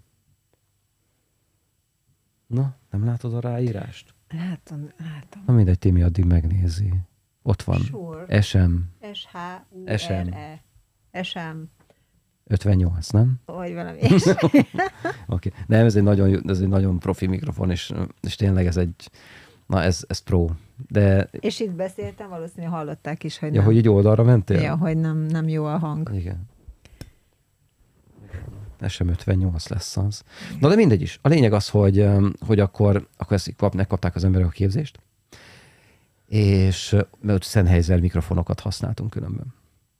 Na, nem látod a ráírást? Látom. Na mindegy, Timi addig megnézi. Ott van. Shure. SM. S-H-U-R-E. SM. 58, nem? Vagy valami. Okay. Nem, ez egy nagyon profi mikrofon, és tényleg ez pro. De... És itt beszéltem, valószínűleg hallották is, hogy ja, hogy így oldalra mentél? Ja, hogy nem jó a hang. Igen. SM58 lesz az. Na de mindegy is. A lényeg az, hogy akkor ezt megkapták az emberek a képzést, és mert Sennheiser mikrofonokat használtunk különben.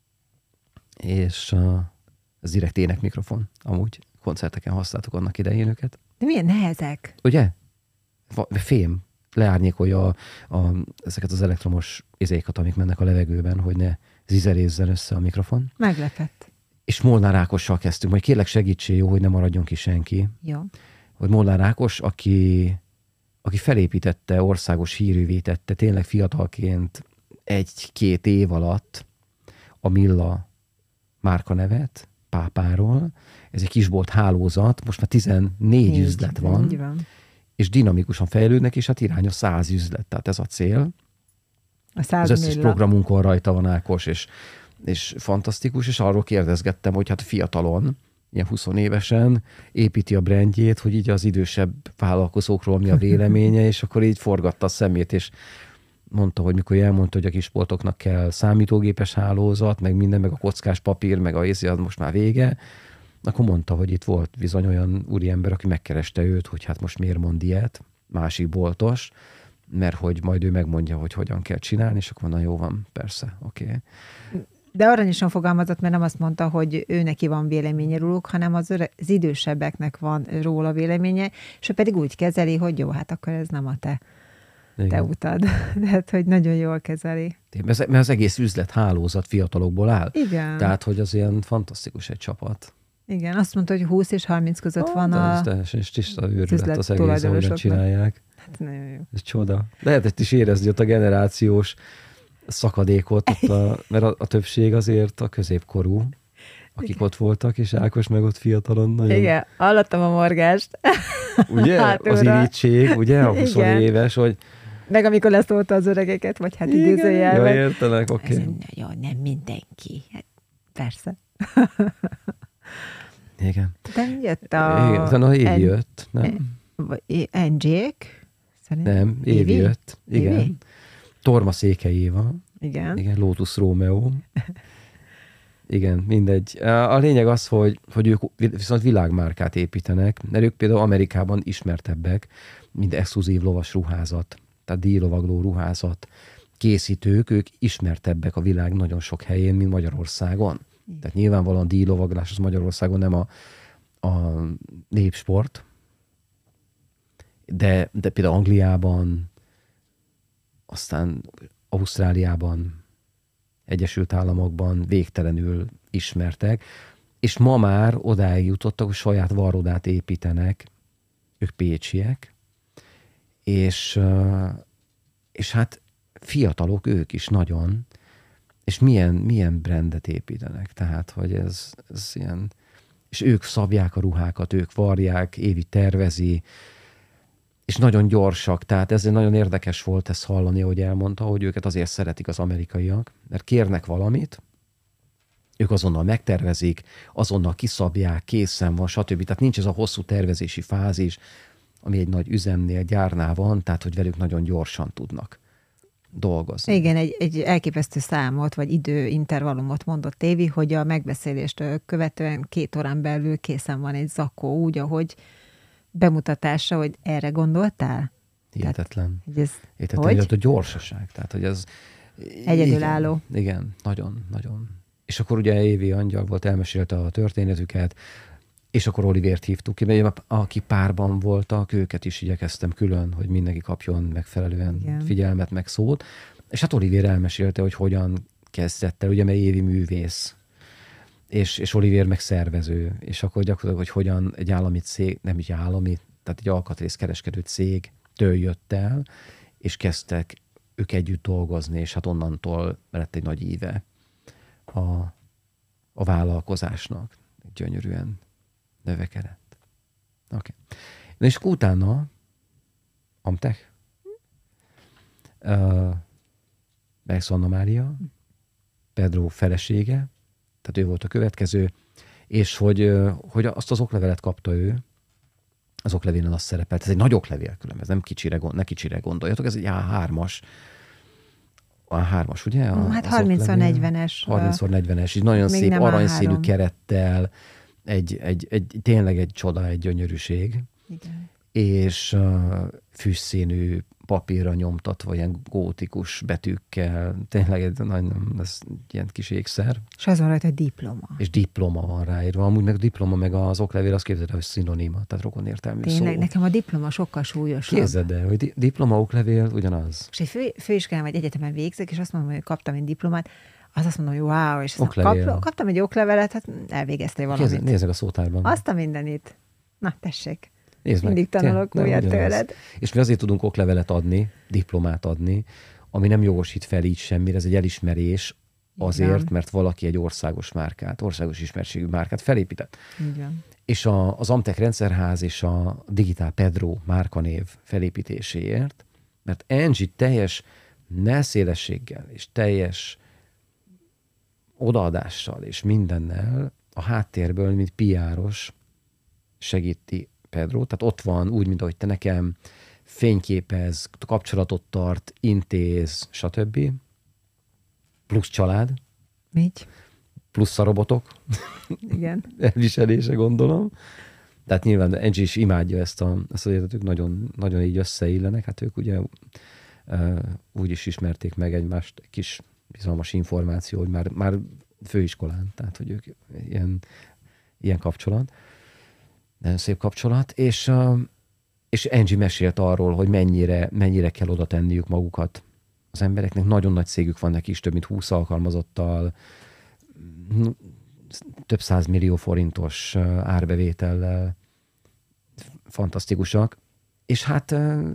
És ez direkt ének mikrofon. Amúgy koncerteken használtuk annak idején őket. De milyen nehezek? Ugye? Fém leárnyékolja ezeket az elektromos izékat, amik mennek a levegőben, hogy ne zizerézzen össze a mikrofon. Meglepett. És Molnár Ákossal kezdtünk, majd kérlek segítsél, jó, hogy ne maradjon ki senki. Jó. Hogy Molnár Ákos, aki felépítette, országos hírűvé tette, tényleg fiatalként 1-2 év alatt a Milla márkanevet Pápáról. Ez egy kisbolt hálózat, most már 14 üzlet van, és dinamikusan fejlődnek, és hát irány a 100 üzlet, tehát ez a cél. Az összes programunkon rajta van Ákos, és fantasztikus, és arról kérdezgettem, hogy hát fiatalon, ilyen 20 évesen építi a brandjét, hogy így az idősebb vállalkozókról mi a véleménye, és akkor így forgatta a szemét, és mondta, hogy mikor elmondta, hogy a kisboltoknak kell számítógépes hálózat, meg minden, meg a kockás papír, meg az most már vége, akkor mondta, hogy itt volt bizony olyan úriember, aki megkereste őt, hogy hát most miért mond ilyet, másik boltos, mert hogy majd ő megmondja, hogy hogyan kell csinálni, és akkor mondta, jó van, persze, oké. Okay. De aranyosan fogalmazott, mert nem azt mondta, hogy ő neki van véleménye róluk, hanem az idősebbeknek van róla véleménye, és ő pedig úgy kezeli, hogy jó, hát akkor ez nem a te utad. Tehát, hogy nagyon jól kezeli. Mert az egész üzlethálózat fiatalokból áll. Igen. Tehát, hogy az ilyen fantasztikus egy csapat. Igen, azt mondta, hogy 20 és 30 között van a teljesen tiszta őrület az egész, ahogyan csinálják. Hát nagyon jó. Ez csoda. Lehetett is érezni ott a generációs szakadékot, mert a többség azért a középkorú, akik igen. Ott voltak, és Ákos meg ott fiatalon nagyon... Igen, hallottam a morgást. Ugye? Az irítség, ugye? A 20 igen. éves, hogy... Meg amikor leszólta az öregeket, vagy hát idézőjelben. Ja, értelek, oké. Okay. Jó, nem mindenki. Hát, persze. Igen. De jött a... Igen, utána Évi jött, nem? NG-ek? Nem, Évi jött. Igen. Évi? Torma Székely Éva. Igen. Igen, Lotus Rómeó. Igen, mindegy. A lényeg az, hogy ők viszont világmárkát építenek, mert ők például Amerikában ismertebbek, mint exkluzív lovas ruházat, tehát díjlovagló ruházat készítők, ők ismertebbek a világ nagyon sok helyén, mint Magyarországon. Tehát nyilvánvalóan díjlovaglás az Magyarországon nem a népsport, de például Angliában, aztán Ausztráliában, Egyesült Államokban végtelenül ismertek, és ma már odáig jutottak, hogy saját varrodát építenek, ők pécsiek, és hát fiatalok ők is nagyon, és milyen brandet építenek, tehát, hogy ez ilyen, és ők szabják a ruhákat, ők varják, Évi tervezi, és nagyon gyorsak, tehát ez nagyon érdekes volt ezt hallani, hogy elmondta, hogy őket azért szeretik az amerikaiak, mert kérnek valamit, ők azonnal megtervezik, azonnal kiszabják, készen van, stb. Tehát nincs ez a hosszú tervezési fázis, ami egy nagy üzemnél, gyárnál van, tehát hogy velük nagyon gyorsan tudnak dolgozni. Igen, egy elképesztő számot, vagy időintervallumot mondott Évi, hogy a megbeszélést követően 2 órán belül készen van egy zakó, úgy, ahogy bemutatásra, hogy erre gondoltál? Hihetetlen. Tehát, Hihetetlen, hogy a gyorsaság. Tehát, hogy ez... Egyedülálló. Igen, nagyon, nagyon. És akkor ugye Évi angyal volt, elmesélte a történetüket, és akkor Olivért hívtuk ki, mert aki párban voltak, őket is igyekeztem külön, hogy mindenki kapjon megfelelően figyelmet, meg szót. És hát Olivér elmesélte, hogy hogyan kezdett el, ugye, mert Évi művész, és Olivér meg szervező, és akkor gyakorlatilag, hogy hogyan egy állami cég, nem egy állami, tehát egy alkatrészkereskedő cégtől jött el, és kezdtek ők együtt dolgozni, és hát onnantól lett egy nagy íve a vállalkozásnak. Gyönyörűen növekedett. Oké. Na és utána Amtech, meg Szanna Mária, Pedro felesége, tehát ő volt a következő, és hogy azt az oklevelet kapta ő, az oklevélen azt szerepelt, ez egy nagy oklevél különben, ez nem ne kicsire gondoljatok, ez egy A3-as, ugye? Hát 30x40-es. 30x40-es, így nagyon szép aranyszínű kerettel, tényleg egy csoda, egy gyönyörűség. Igen. És füstszínű papírra nyomtatva, ilyen gótikus betűkkel, tényleg ez ilyen kis ékszer. És az van rajta, hogy diploma. És diploma van ráírva. Amúgy meg diploma, meg az oklevél, azt képzeld el, hogy szinonima, tehát rokon értelmű szó. Tényleg, nekem a diploma sokkal súlyosabb. Képzeld el, hogy diploma, oklevél ugyanaz. És egy főiskolán vagy egyetemen végzek, és azt mondom, hogy kaptam egy diplomát, azt mondom, hogy wow, és kaptam egy oklevelet, hát elvégeztél valamit. Nézzek a szótárban. Azt a mindenit. Na, tessék. Nézd mindig meg. tanulok újat tőled. És mi azért tudunk oklevelet adni, diplomát adni, ami nem jogosít fel így semmire, ez egy elismerés azért, mert valaki egy országos márkát, országos ismertségű márkát felépített. Igen. És az Amtech rendszerház és a Digitál Pedro márkanév felépítéséért, mert Angie teljes nelszélességgel és teljes odaadással és mindennel a háttérből, mint PR-os segíti Pedro, tehát ott van úgy, mint ahogy te nekem, fényképez, kapcsolatot tart, intéz, stb. Plusz család. Így. Plusz a robotok. Igen. Elviselése, gondolom. Tehát nyilván Angie is imádja ezt az életük, nagyon, nagyon így összeillenek. Hát ők ugye úgy is ismerték meg egymást, kis bizalmas információ, hogy már főiskolán, tehát hogy ők ilyen kapcsolat. Nagyon szép kapcsolat, és Angie mesélt arról, hogy mennyire kell oda tenniük magukat az embereknek. Nagyon nagy cégük van neki is, több mint 20 alkalmazottal, több 100 millió forintos árbevétellel, fantasztikusak, és hát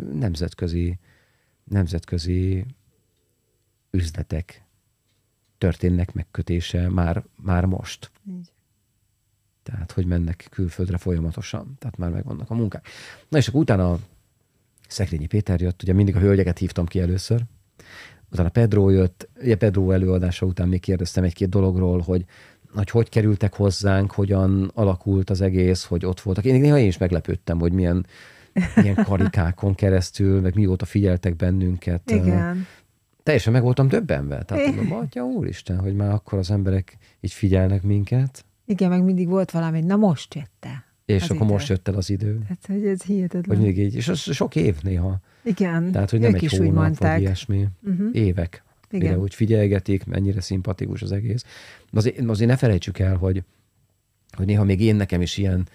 nemzetközi üzletek történnek megkötése már most. Így. Tehát, hogy mennek külföldre folyamatosan. Tehát már megvannak a munkák. Na és akkor utána Szekrényi Péter jött, ugye mindig a hölgyeket hívtam ki először. Utána Pedro jött, ugye Pedro előadása után még kérdeztem egy-két dologról, hogy kerültek hozzánk, hogyan alakult az egész, hogy ott voltak. Néha én is meglepődtem, hogy milyen karikákon keresztül, meg mióta figyeltek bennünket. Igen. Teljesen meg voltam döbbenve. Tehát mondom, atya úristen, hogy már akkor az emberek így figyelnek minket. Igen, meg mindig volt valami, na most jött el. És akkor most jött el az idő. Tehát, hogy ez hihetetlen. Hogy mindig így, és az sok év néha. Igen. Tehát, hogy nem egy hónap, vagy ilyesmi. Évek. Igen. Mire úgy figyelgetik, mennyire szimpatikus az egész. Azért ne felejtsük el, hogy néha még nekem is ilyen,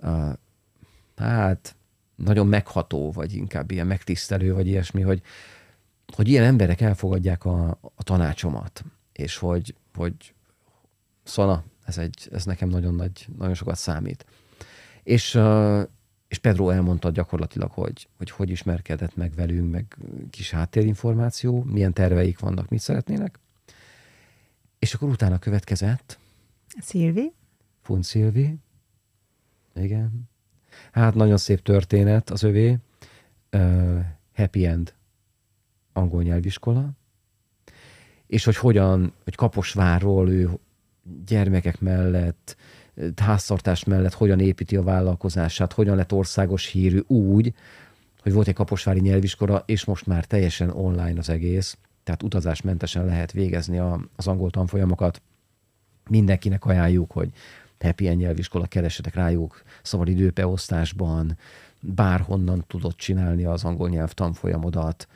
nagyon megható, vagy inkább ilyen megtisztelő, vagy ilyesmi, hogy ilyen emberek elfogadják a tanácsomat, és hogy Szana, ez nekem nagyon sokat számít. És Pedro elmondta gyakorlatilag, hogy ismerkedett meg velünk, meg kis háttérinformáció, milyen terveik vannak, mit szeretnének. És akkor utána következett Szilvi. Funt Szilvi. Igen. Hát nagyon szép történet az övé. Happy End angol nyelviskola, és hogy Kaposvárról ő gyermekek mellett, háztartás mellett hogyan építi a vállalkozását, hogyan lett országos hírű úgy, hogy volt egy kaposvári nyelviskola, és most már teljesen online az egész, tehát utazásmentesen lehet végezni az angol tanfolyamokat. Mindenkinek ajánljuk, hogy Happy End nyelviskola, keressetek rájuk szabadidőbeosztásban, bárhonnan tudod csinálni az angol nyelv tanfolyamodat,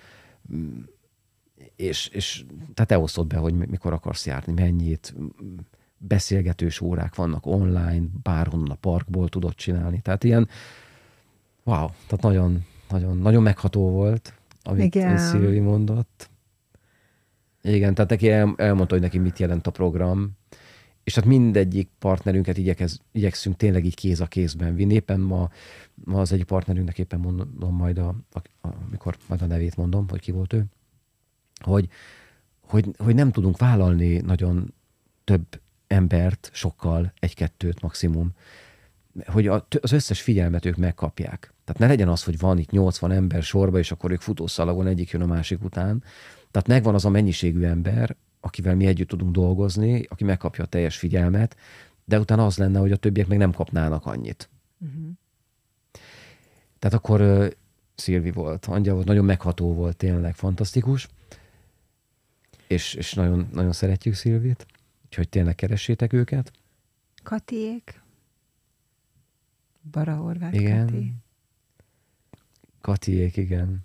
és tehát te osztod be, hogy mikor akarsz járni, mennyit, beszélgetős órák vannak online, bárhonnan a parkból tudod csinálni. Tehát ilyen, wow, tehát nagyon, nagyon, nagyon megható volt, amit Szilvi mondott. Igen, tehát neki elmondta, hogy neki mit jelent a program, és hát mindegyik partnerünket igyekszünk tényleg így kéz a kézben vinni. Éppen ma az egyik partnerünknek éppen mondom majd, amikor majd a nevét mondom, hogy ki volt ő, hogy nem tudunk vállalni nagyon több embert, sokkal, egy-kettőt maximum, hogy az összes figyelmet ők megkapják. Tehát ne legyen az, hogy van itt 80 ember sorba, és akkor ők futószalagon egyik jön a másik után. Tehát megvan az a mennyiségű ember, akivel mi együtt tudunk dolgozni, aki megkapja a teljes figyelmet, de utána az lenne, hogy a többiek meg nem kapnának annyit. Uh-huh. Tehát akkor Szilvi volt, Angyal volt, nagyon megható volt, tényleg fantasztikus, és nagyon, nagyon szeretjük Szilvit, úgyhogy tényleg keressétek őket. Katiék. Bara Horváth igen. Kati. Katiék, igen.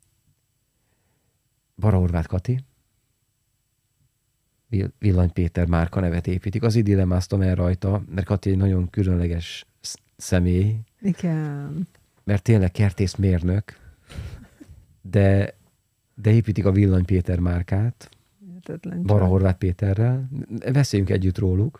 Bara Horváth Kati. Villany Péter márka nevet építik. Az dilemmáztam el rajta, mert Kati egy nagyon különleges személy. Igen. Mert tényleg kertészmérnök, de építik a Villany Péter márkát. Bara Horváth Péterrel. Beszéljünk együtt róluk.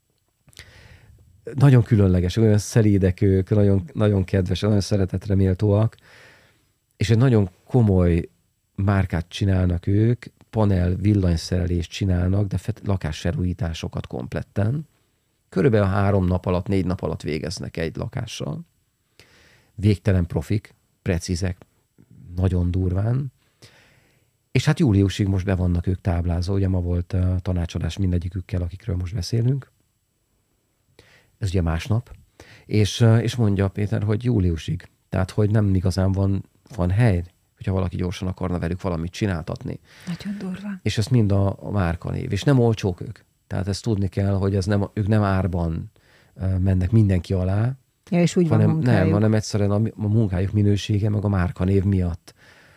Nagyon különleges, olyan szelídek ők, nagyon, nagyon kedves, nagyon szeretetre méltóak, és egy nagyon komoly márkát csinálnak ők, panel villanyszerelést csinálnak, de lakásfelújításokat kompletten. Körülbelül 3 nap alatt, 4 nap alatt végeznek egy lakással. Végtelen profik, precízek, nagyon durván. És hát júliusig most be vannak ők táblázva, ugye ma volt a tanácsadás mindegyikükkel, akikről most beszélünk. Ez ugye másnap. És mondja Péter, hogy júliusig. Tehát, hogy nem igazán van hely, hogyha valaki gyorsan akarna velük valamit csináltatni. Nagyon durva. És ez mind a márkanév. És nem olcsók ők. Tehát ezt tudni kell, hogy ők nem árban mennek mindenki alá. Ja, és úgy van munkájuk. hanem egyszerűen a munkájuk minősége, meg a márkanév miatt.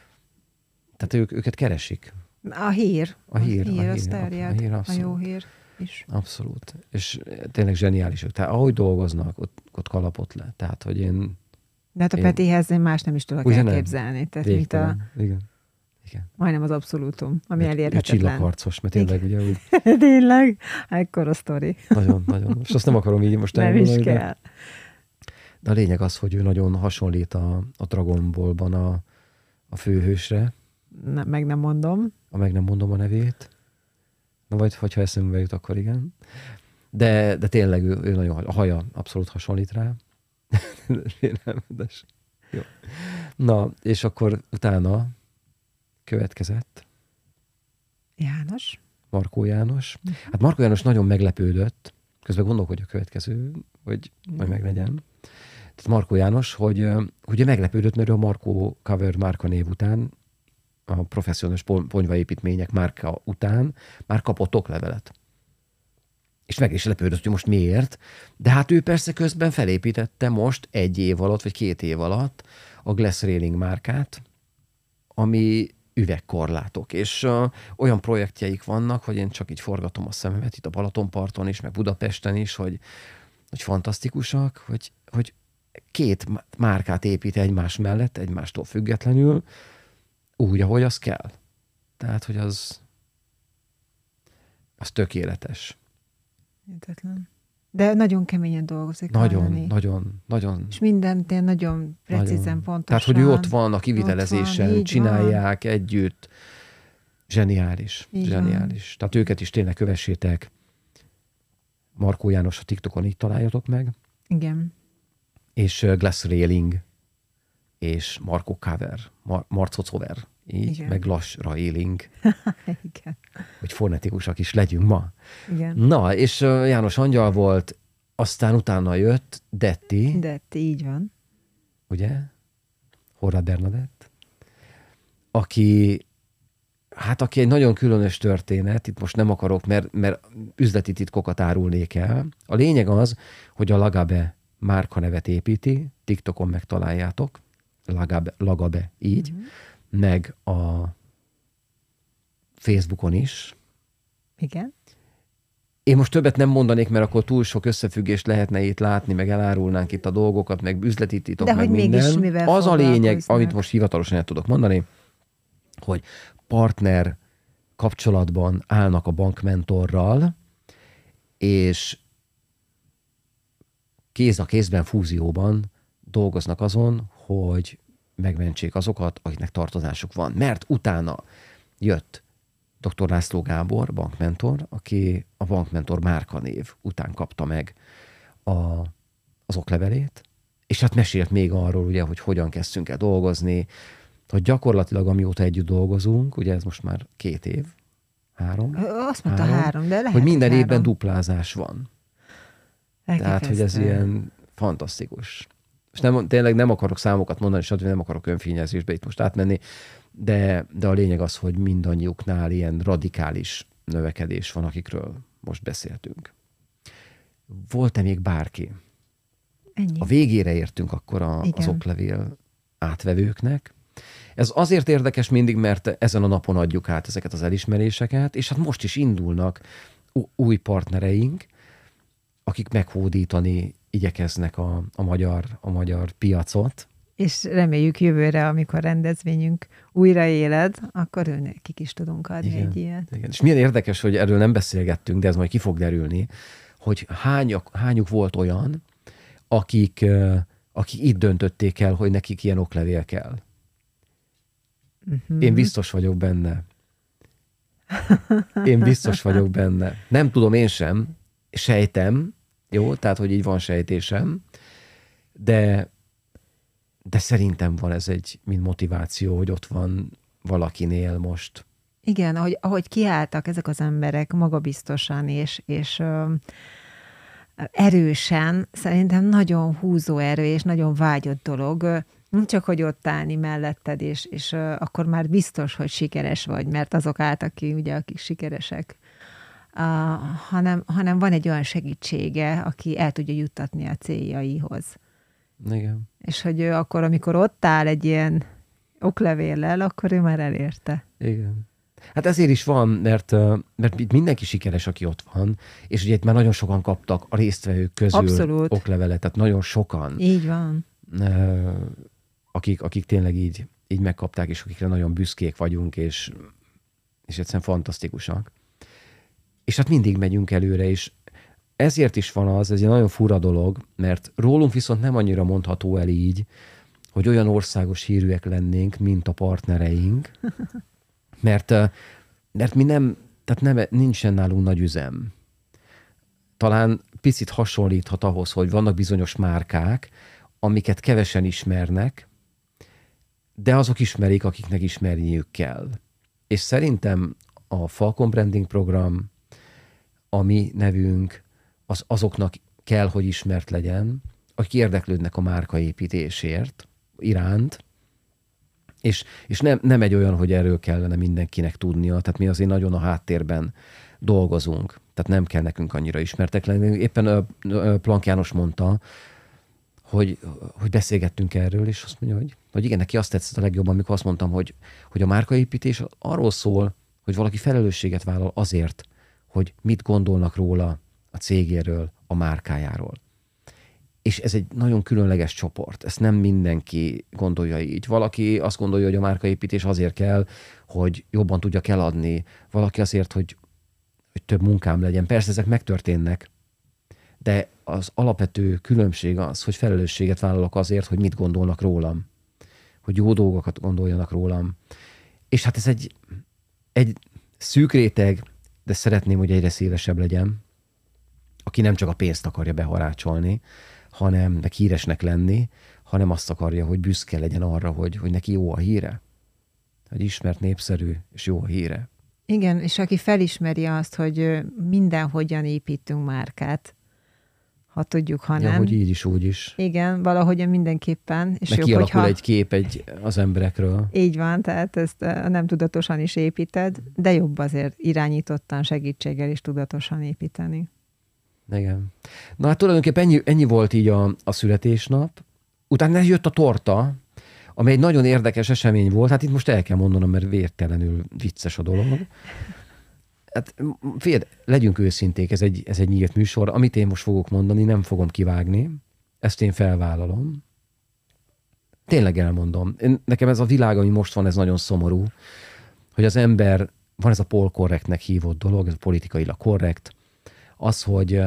Tehát őket keresik. A hír. A hír az terjed. A jó hír is. Abszolút. És tényleg zseniálisok. Tehát ahogy dolgoznak, ott kalapott le. Tehát, hogy én... De hát a Petihez én más nem is tudok elképzelni. Tehát Igen. Majdnem az abszolútum, ami elérhetetlen. Csillagharcos, mert tényleg ugye úgy... Tényleg? Ekkora sztori. Nagyon, nagyon. És azt nem akarom így most elmondani. Nem is kell. De a lényeg az, hogy ő nagyon hasonlít a Dragon Ballban a főhősre. Meg nem mondom. Meg nem mondom a nevét. Na vagy, hogyha eszembe jut, akkor igen. De tényleg ő nagyon, a haja abszolút hasonlít rá. Félelmetes. Jó. Na, és akkor utána következett János. Markó János. Hát Markó János nagyon meglepődött, közben gondolkodja a következő, hogy majd meglegyen. Tehát Markó János, hogy ugye meglepődött, mert a Markó Cover márka név után, a professzionális ponyvaépítmények márka után már kapott oklevelet. És meg is lepődött, hogy most miért. De hát ő persze közben felépítette most 1 év alatt, vagy 2 év alatt a Glass Railing márkát, ami üvegkorlátok. És olyan projektjeik vannak, hogy én csak így forgatom a szememet itt a Balatonparton is, meg Budapesten is, hogy fantasztikusak, hogy 2 márkát épít egymás mellett, egymástól függetlenül, úgy, ahogy az kell. Tehát, hogy az tökéletes. Hihetetlen. De nagyon keményen dolgozik. Nagyon. És mindent ilyen nagyon precízen, pontosan. Tehát, hogy ő ott van a kivitelezésen, csinálják együtt. Zseniális. Zseniális. Tehát őket is tényleg kövessétek. Markó János a TikTokon így találjatok meg. Igen. És Glass Railing és Marco Cover, Marco Cover, így, Igen. meg Lassra élünk, Igen. hogy fonetikusak is legyünk ma. Igen. Na, és János Angyal volt, aztán utána jött Detti, De így van. ugye? Horváth Bernadett, aki egy nagyon különös történet, itt most nem akarok, mert üzleti titkokat árulnék el. A lényeg az, hogy a Lagabe márkanevet építi, TikTokon megtaláljátok, Lagabe így, meg a Facebookon is. Igen. Én most többet nem mondanék, mert akkor túl sok összefüggést lehetne itt látni, meg elárulnánk itt a dolgokat, meg üzleti titok, De meg hogy minden. mégis mivel Az a lényeg, foglalkoznak? amit most hivatalosan el tudok mondani, hogy partner kapcsolatban állnak a bankmentorral, és kéz a kézben, fúzióban dolgoznak azon, hogy megmentsék azokat, akiknek tartozásuk van. Mert utána jött dr. László Gábor, bankmentor, aki a bankmentor márkanév után kapta meg az oklevelét, és hát mesélt még arról, ugye, hogy hogyan kezdtünk el dolgozni, hogy gyakorlatilag amióta együtt dolgozunk, ugye ez most már 2 év, 3. Azt mondta 3, de lehet, hogy minden 3. évben duplázás van. Tehát, hogy ez ilyen fantasztikus. És tényleg nem akarok számokat mondani, stb. Nem akarok önfényezésbe itt most átmenni, de a lényeg az, hogy mindannyiuknál ilyen radikális növekedés van, akikről most beszéltünk. Volt-e még bárki? Ennyi. A végére értünk akkor az oklevél átvevőknek. Ez azért érdekes mindig, mert ezen a napon adjuk át ezeket az elismeréseket, és hát most is indulnak új partnereink, akik meghódítani igyekeznek a magyar piacot. És reméljük jövőre, amikor rendezvényünk újra éled, akkor őnekik is tudunk adni egy ilyet. Igen. És milyen érdekes, hogy erről nem beszélgettünk, de ez majd ki fog derülni, hogy hányuk volt olyan, akik itt döntötték el, hogy nekik ilyen oklevél kell. Én biztos vagyok benne. Nem tudom én sem, sejtem, jó, tehát, hogy így van sejtésem, de szerintem van ez mint motiváció, hogy ott van valakinél most. Igen, ahogy kiálltak ezek az emberek magabiztosan és erősen, szerintem nagyon húzó erő és nagyon vágyott dolog, nem csak, hogy ott állni melletted, és akkor már biztos, hogy sikeres vagy, mert azok álltak ki, ugye, akik sikeresek, hanem van egy olyan segítsége, aki el tudja juttatni a céljaihoz. Igen. És hogy ő akkor, amikor ott áll egy ilyen oklevéllel, akkor ő már elérte. Igen. Hát ezért is van, mert itt mindenki sikeres, aki ott van, és ugye itt már nagyon sokan kaptak a résztvevők közül Abszolút. oklevelet, tehát nagyon sokan. Így van. Akik tényleg így megkapták, és akikre nagyon büszkék vagyunk, és egyszerűen fantasztikusak. És hát mindig megyünk előre, és ezért is van ez egy nagyon fura dolog, mert rólunk viszont nem annyira mondható el így, hogy olyan országos hírűek lennénk, mint a partnereink, mert mi nincsen nálunk nagy üzem. Talán picit hasonlíthat ahhoz, hogy vannak bizonyos márkák, amiket kevesen ismernek, de azok ismerik, akiknek ismerniük kell. És szerintem a Falcon Branding program, a mi nevünk, azoknak kell, hogy ismert legyen, akik érdeklődnek a márkaépítésért, iránt, és nem egy olyan, hogy erről kellene mindenkinek tudnia, tehát mi azért nagyon a háttérben dolgozunk, tehát nem kell nekünk annyira ismertek lenni. Éppen Plank János mondta, hogy beszélgettünk erről, és azt mondja, hogy igen, neki azt tetszett a legjobban, amikor azt mondtam, hogy a márkaépítés arról szól, hogy valaki felelősséget vállal azért, hogy mit gondolnak róla, a cégéről, a márkájáról. És ez egy nagyon különleges csoport. Ezt nem mindenki gondolja így. Valaki azt gondolja, hogy a márkaépítés azért kell, hogy jobban tudjak eladni. Valaki azért, hogy több munkám legyen. Persze ezek megtörténnek, de az alapvető különbség az, hogy felelősséget vállalok azért, hogy mit gondolnak rólam. Hogy jó dolgokat gondoljanak rólam. És hát ez egy szűk réteg, de szeretném, hogy egyre szélesebb legyen, aki nem csak a pénzt akarja beharácsolni, hanem meg híresnek lenni, hanem azt akarja, hogy büszke legyen arra, hogy neki jó a híre. Hogy ismert, népszerű, és jó a híre. Igen, és aki felismeri azt, hogy mindenhogyan építünk márkát, ha tudjuk, ha nem. Ja, hogy így is, úgy is. Igen, valahogyan mindenképpen. És meg jobb, kialakul hogyha... egy kép az emberekről. Így van, tehát ezt nem tudatosan is építed, de jobb azért irányítottan, segítséggel is tudatosan építeni. Igen. Na hát tulajdonképpen ennyi volt így a születésnap. Utána jött a torta, ami egy nagyon érdekes esemény volt. Hát itt most el kell mondanom, mert vértelenül vicces a dolog. Hát figyelj, legyünk őszinték, ez egy nyílt műsor. Amit én most fogok mondani, nem fogom kivágni. Ezt én felvállalom. Tényleg elmondom. Nekem ez a világ, ami most van, ez nagyon szomorú, hogy az ember, van ez a polkorrektnek hívott dolog, ez politikailag korrekt, az, hogy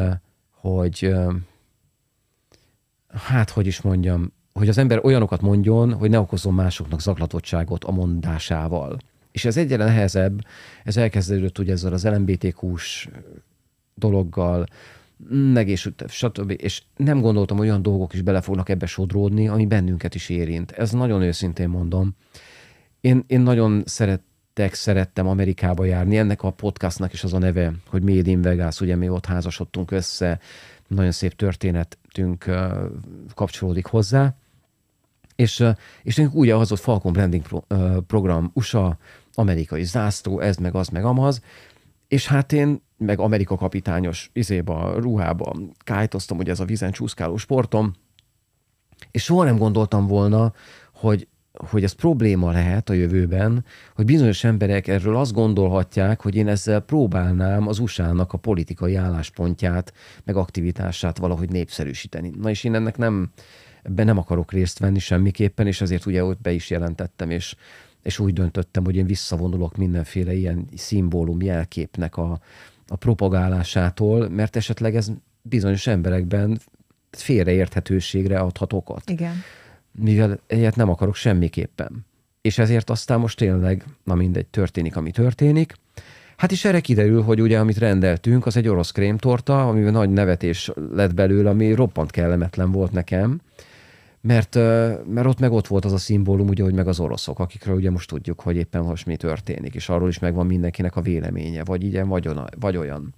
hát, hogy is mondjam, hogy az ember olyanokat mondjon, hogy ne okozzon másoknak zaklatottságot a mondásával. És ez egyre nehezebb, ez elkezdődött ugye ezzel az LMBTQ-s dologgal, meg és stb. És nem gondoltam, hogy olyan dolgok is bele fognak ebbe sodródni, ami bennünket is érint. Ez nagyon őszintén mondom. Én nagyon szerettem Amerikába járni. Ennek a podcastnak is az a neve, hogy Made in Vegas, ugye mi ott házasodtunk össze, nagyon szép történetünk kapcsolódik hozzá. És úgy az ott Falcon Branding program, USA, amerikai zászló, ez meg az meg amaz, és hát én meg Amerika kapitányos ruhába kájtoztam, ugye ez a vízen csúszkáló sportom, és soha nem gondoltam volna, hogy ez probléma lehet a jövőben, hogy bizonyos emberek erről azt gondolhatják, hogy én ezzel próbálnám az USA-nak a politikai álláspontját, meg aktivitását valahogy népszerűsíteni. Na és én ebben nem akarok részt venni semmiképpen, és ezért ugye ott be is jelentettem, és úgy döntöttem, hogy én visszavonulok mindenféle ilyen szimbólum jelképnek a propagálásától, mert esetleg ez bizonyos emberekben félreérthetőségre adhat okot. Igen. Mivel ilyet nem akarok semmiképpen. És ezért aztán most tényleg, na mindegy, történik, ami történik. Hát is erre kiderül, hogy ugye, amit rendeltünk, az egy orosz krémtorta, amiben nagy nevetés lett belőle, ami roppant kellemetlen volt nekem, mert ott volt az a szimbólum, ugye, hogy meg az oroszok, akikről ugye most tudjuk, hogy éppen most mi történik, és arról is megvan mindenkinek a véleménye, vagy ilyen, vagy olyan.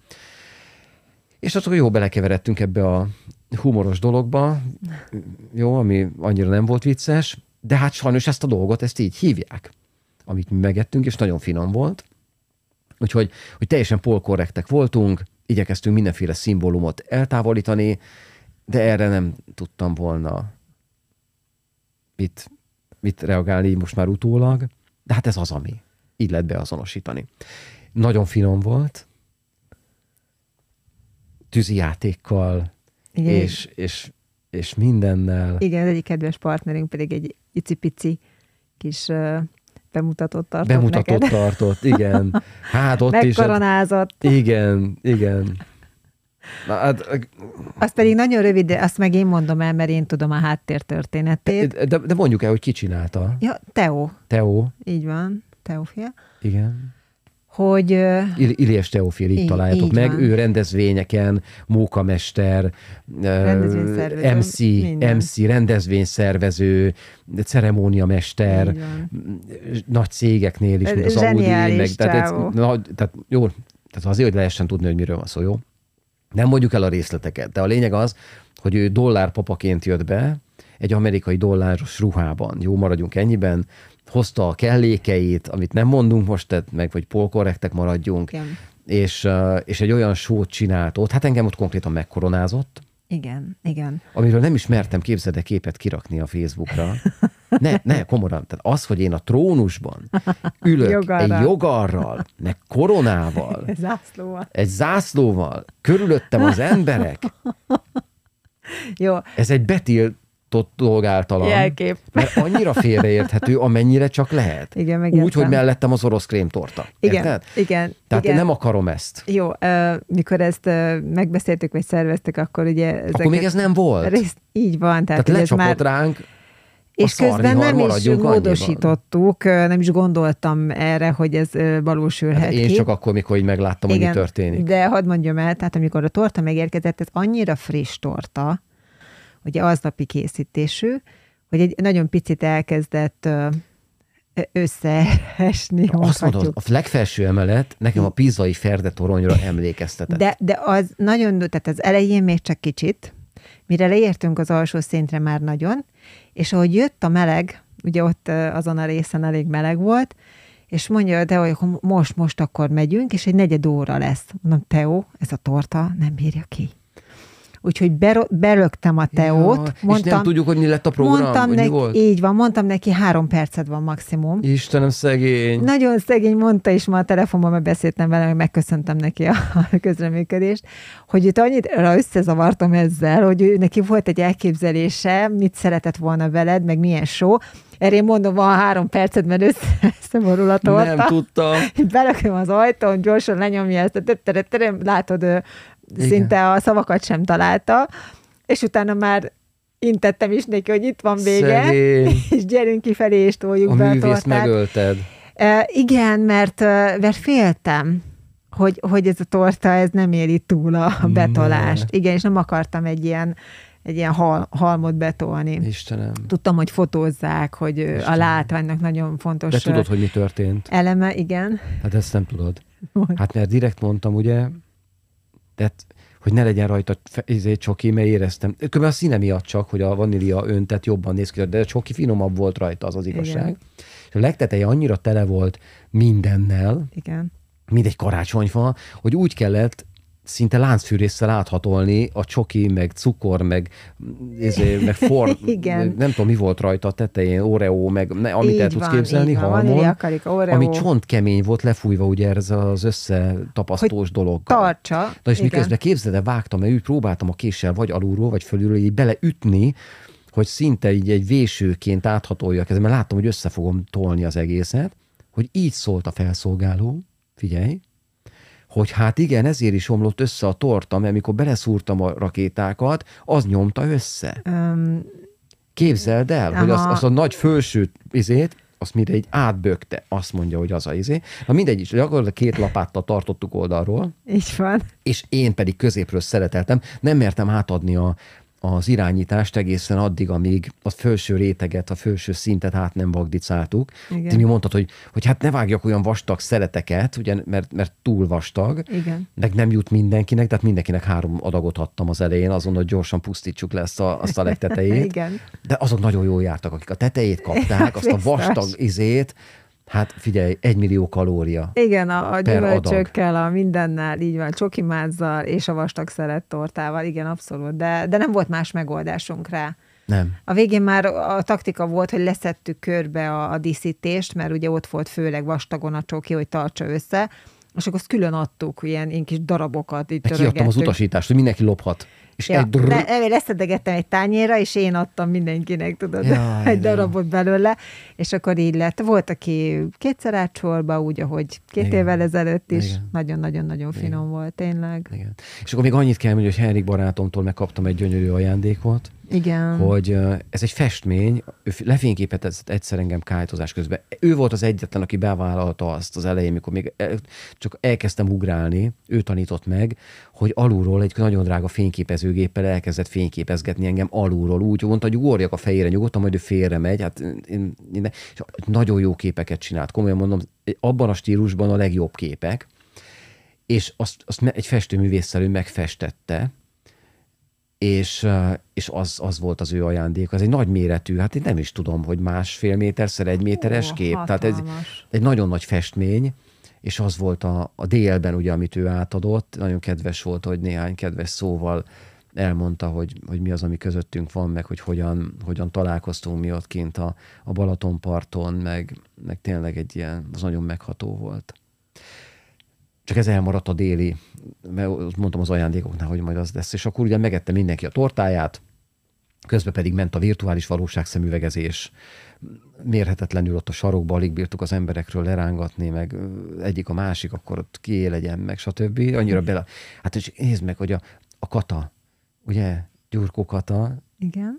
És akkor jó belekeveredtünk ebbe a humoros dologba, jó, ami annyira nem volt vicces, de hát sajnos ezt a dolgot, ezt így hívják, amit mi megettünk, és nagyon finom volt. Úgyhogy hogy teljesen polkorrektek voltunk, igyekeztünk mindenféle szimbólumot eltávolítani, de erre nem tudtam volna mit reagálni most már utólag, de hát ez az, ami így lehet beazonosítani. Nagyon finom volt, tűzijátékkal, és mindennel. Igen, az egyik kedves partnerünk pedig egy icipici kis bemutatót tartott, igen. Hát ott is. Megkoronázott. Igen. Na, hát, az pedig nagyon rövid, de azt meg én mondom el, mert én tudom a háttértörténetét. De mondjuk el, hogy ki csinálta. Ja, Teó. Teó. Így van, Teófia. Igen. Hogy... Ilyes Teófél, így találjátok meg. Van. Ő rendezvényeken, mókamester, MC, rendezvényszervező, ceremóniamester, nagy cégeknél is, mint az Audi. Tehát jó, tehát azért, hogy lehessen tudni, hogy miről van szó, jó? Nem mondjuk el a részleteket, de a lényeg az, hogy ő dollárpapaként jött be, egy amerikai dolláros ruhában. Jó, maradjunk ennyiben. Hozta a kellékeit, amit nem mondunk most, tehát meg vagy polkorrektek maradjunk, és egy olyan show-t csinált ott, hát engem ott konkrétan megkoronázott. Igen. Amiről nem is mertem, képzeld, képet kirakni a Facebookra. Ne, komolyan. Tehát az, hogy én a trónusban ülök egy jogarral, meg koronával, egy zászlóval, körülöttem az emberek. Jó. Ez egy betiltott dolgáltalan. Jelkép. Mert annyira félreérthető, amennyire csak lehet. Igen, megértem. Úgy, hogy mellettem az orosz krémtorta. Igen. Tehát én nem akarom ezt. Jó, mikor ezt megbeszéltük, vagy szerveztük, akkor ugye... Akkor még ez nem volt. Így van. Tehát lecsapott ránk, és közben nem is módosítottuk, nem is gondoltam erre, hogy ez valósulhat ki. Én csak akkor, mikor így megláttam, hogy mi történik. De hadd mondjam el, tehát amikor a torta megérkezett, ez annyira friss torta, ugye aznapi készítésű, hogy egy nagyon picit elkezdett összeesni. Azt mondod, a legfelső emelet nekem a Pisai Ferde toronyra emlékeztetett. De az nagyon, tehát az elején még csak kicsit, mire leértünk az alsó szintre már nagyon, és ahogy jött a meleg, ugye ott azon a részen elég meleg volt, és mondja, de hogy most akkor megyünk, és egy 4 óra lesz. Mondom, Teó, ez a torta nem bírja ki. Úgyhogy belöktem a Teót. Ja, mondtam, és nem tudjuk, hogy mi lett a program? Mondtam neki, így van, mondtam neki, 3 perced van maximum. Istenem, szegény. Nagyon szegény, mondta is ma a telefonban, mert beszéltem vele, meg megköszöntem neki a közreműködést, hogy őt annyira összezavartam ezzel, hogy neki volt egy elképzelése, mit szeretett volna veled, meg milyen show. Erre én mondom, van 3 perced, mert összeborul a torta. Nem tudtam. Belököm az ajtón, gyorsan lenyomja ezt, látod, szinte a szavakat sem találta, és utána már intettem is neki, hogy itt van vége, szegény. És gyerünk kifelé, és toljuk be a tortát. Megölted. Igen, mert féltem, hogy ez a torta, ez nem éri túl a betolást. Igen, és nem akartam egy ilyen halmot betolni. Istenem. Tudtam, hogy fotózzák, hogy Istenem. A látványnak nagyon fontos. De tudod, hogy mi történt? Eleme, igen. Hát ezt nem tudod. Hát mert direkt mondtam, ugye, tehát, hogy ne legyen rajta csoki, mert éreztem. Kb. A színe miatt csak, hogy a vanília öntet jobban néz ki, de a csoki finomabb volt rajta, az igazság. Igen. És a legteteje annyira tele volt mindennel, igen. mint egy karácsonyfa, hogy úgy kellett szinte láncfűrésszel áthatolni a csoki, meg cukor, meg form, meg nem tudom, mi volt rajta a tetején, Oreo, meg amit el tudsz képzelni, halmon, ami csontkemény volt, lefújva ugye ez az összetapasztós dologgal. Tartsa. Na és miközben képzeld, vágtam, mert úgy próbáltam a késsel vagy alulról, vagy fölülről így beleütni, hogy szinte így egy vésőként áthatoljak, mert láttam, hogy össze fogom tolni az egészet, hogy így szólt a felszolgáló, figyelj, hogy hát igen, ezért is omlott össze a torta, mert mikor beleszúrtam a rakétákat, az nyomta össze. Képzeld el, hogy azt a nagy felső azt mire így átbökte, azt mondja, hogy az a Na mindegy is, gyakorlatilag 2 lapáttal tartottuk oldalról. Így van. És én pedig középről szereteltem, nem mertem átadni az irányítást egészen addig, amíg a felső réteget, a felső szintet át nem vagdicáltuk. Ti mi mondtad, hogy hát ne vágjak olyan vastag szeleteket, ugye, mert túl vastag, igen. Meg nem jut mindenkinek, tehát mindenkinek 3 adagot adtam az elején, azon, hogy gyorsan pusztítsuk le azt a legtetejét. Igen. De azok nagyon jól jártak, akik a tetejét kapták, azt a vastag hát figyelj, 1 millió kalória. Igen, a gyümölcsökkel, a mindennel, így van, csokimázzal és a vastag tortával, igen, abszolút, de nem volt más megoldásunk rá. Nem. A végén már a taktika volt, hogy leszettük körbe a díszítést, mert ugye ott volt főleg vastagon a csoki, hogy tartsa össze, és akkor azt külön adtuk, ilyen kis darabokat. Kiadtam az utasítást, hogy mindenki lophat. És leszedegettem egy tányérra, és én adtam mindenkinek, tudod, egy darabot belőle, és akkor így lett. Volt, aki 2-szer átcsolba, úgy, ahogy 2 évvel ezelőtt is. Nagyon-nagyon-nagyon finom volt, tényleg. Igen. És akkor még annyit kell mondani, hogy Henrik barátomtól megkaptam egy gyönyörű ajándékot. Igen. Hogy ez egy festmény, ő lefényképezett egyszer engem kájtozás közben. Ő volt az egyetlen, aki bevállalta azt az elején, mikor még csak elkezdtem ugrálni, ő tanított meg, hogy alulról egy nagyon drága fényképezőgéppel elkezdett fényképezgetni engem alulról. Úgy mondta, hogy ugorjak a fejére nyugodtan, majd ő félre megy. Hát és nagyon jó képeket csinált. Komolyan mondom, abban a stílusban a legjobb képek. És azt egy festőművésszel ő megfestette, és az volt az ő ajándék. Az egy nagy méretű, hát én nem is tudom, hogy 1,5 méterszer 1 méteres kép. Hatalmas. Tehát egy nagyon nagy festmény, és az volt a DL-ben, ugye, amit ő átadott. Nagyon kedves volt, hogy néhány kedves szóval elmondta, hogy mi az, ami közöttünk van, meg hogy hogyan találkoztunk mi ott kint a Balatonparton, meg tényleg egy ilyen, az nagyon megható volt. Csak ez elmaradt a déli, mert mondtam az ajándékoknál, hogy majd az lesz. És akkor ugye megette mindenki a tortáját, közben pedig ment a virtuális valóság szemüvegezés. Mérhetetlenül ott a sarokba alig bírtuk az emberekről lerángatni, meg egyik a másik, akkor ott kié legyen, meg stb. Annyira bele... Hát és nézd meg, hogy a Kata, ugye, Gyurkó Kata. Igen.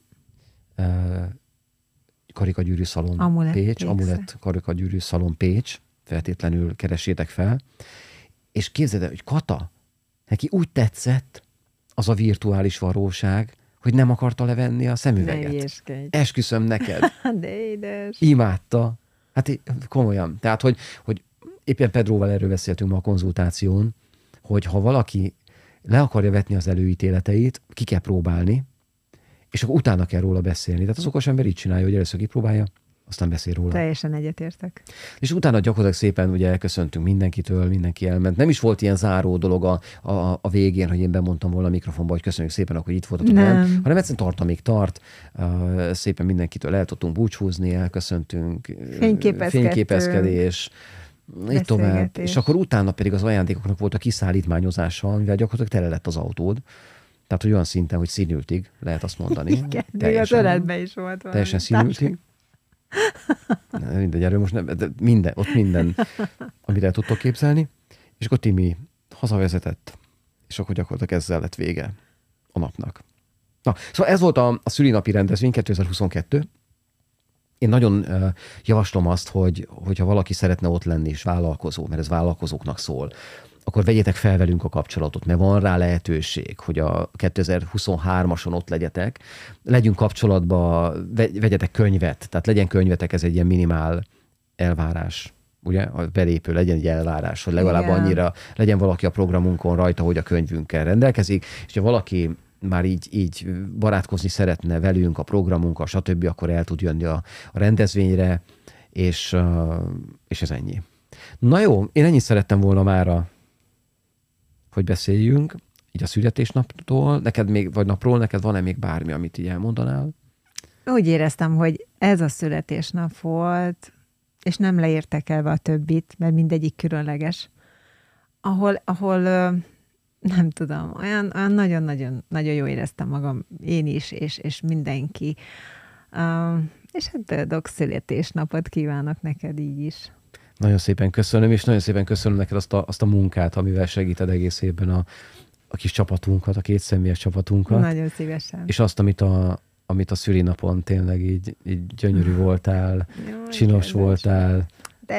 Karikagyűrű Szalon Amulett, Pécs, Amulett Karikagyűrű Szalon Pécs, feltétlenül keressétek fel. És képzeld el, hogy Kata, neki úgy tetszett az a virtuális valóság, hogy nem akarta levenni a szemüveget. Ne ilyeskedj. Esküszöm neked. De édes. Imádta. Hát komolyan. Tehát, hogy éppen Pedróval erről beszéltünk ma a konzultáción, hogy ha valaki le akarja vetni az előítéleteit, ki kell próbálni, és akkor utána kell róla beszélni. Tehát az okos ember így csinálja, hogy először kipróbálja, aztán beszél róla. Teljesen egyetértek. És utána gyakorlatilag szépen ugye elköszöntünk mindenkitől, mindenki elment. Nem is volt ilyen záró dolog a végén, hogy én bemondtam volna a mikrofonba, hogy köszönjük szépen, hogy itt voltatok, nem. Hanem egyszerűen tart, amíg tart. Szépen mindenkitől el tudtunk búcsúzni, elköszöntünk. Fényképezkedés. Így tovább. És akkor utána pedig az ajándékoknak volt a kiszállítmányozása, amivel gyakorlatilag tele lett az autód. Tehát, hogy olyan szinten, hogy színültig, lehet azt mondani. Igen, még az öletben is volt valami. Teljesen színültig. Mindegy, erről most nem, de minden, amit el tudtok képzelni. És akkor Timi hazavezetett, és akkor gyakorlatilag ezzel lett vége a napnak. Na, szóval ez volt a szülinapi rendezvény 2022. Én nagyon javaslom azt, hogyha valaki szeretne ott lenni, és vállalkozó, mert ez vállalkozóknak szól, akkor vegyétek fel velünk a kapcsolatot, mert van rá lehetőség, hogy a 2023-ason ott legyetek. Legyünk kapcsolatban, vegyetek könyvet, tehát legyen könyvetek, ez egy ilyen minimál elvárás. Ugye? A belépő legyen egy elvárás, hogy legalább annyira legyen valaki a programunkon rajta, hogy a könyvünkkel rendelkezik, és ha valaki már így barátkozni szeretne velünk, a programunkkal, stb., akkor el tud jönni a rendezvényre, és ez ennyi. Na jó, én ennyit szerettem volna mára, hogy beszéljünk, így a születésnaptól, neked még, vagy napról, neked van-e még bármi, amit így elmondanál? Úgy éreztem, hogy ez a születésnap volt, és nem leértekelve a többit, mert mindegyik különleges, ahol nem tudom, olyan nagyon jó éreztem magam, én is, és mindenki. És hát boldog születésnapot kívánok neked így is. Nagyon szépen köszönöm, és nagyon szépen köszönöm neked azt a munkát, amivel segíted egész évben a kis csapatunkat, a 2 személyes csapatunkat. Nagyon szívesen. És azt, amit a szülinapon tényleg így gyönyörű voltál, csinos voltál.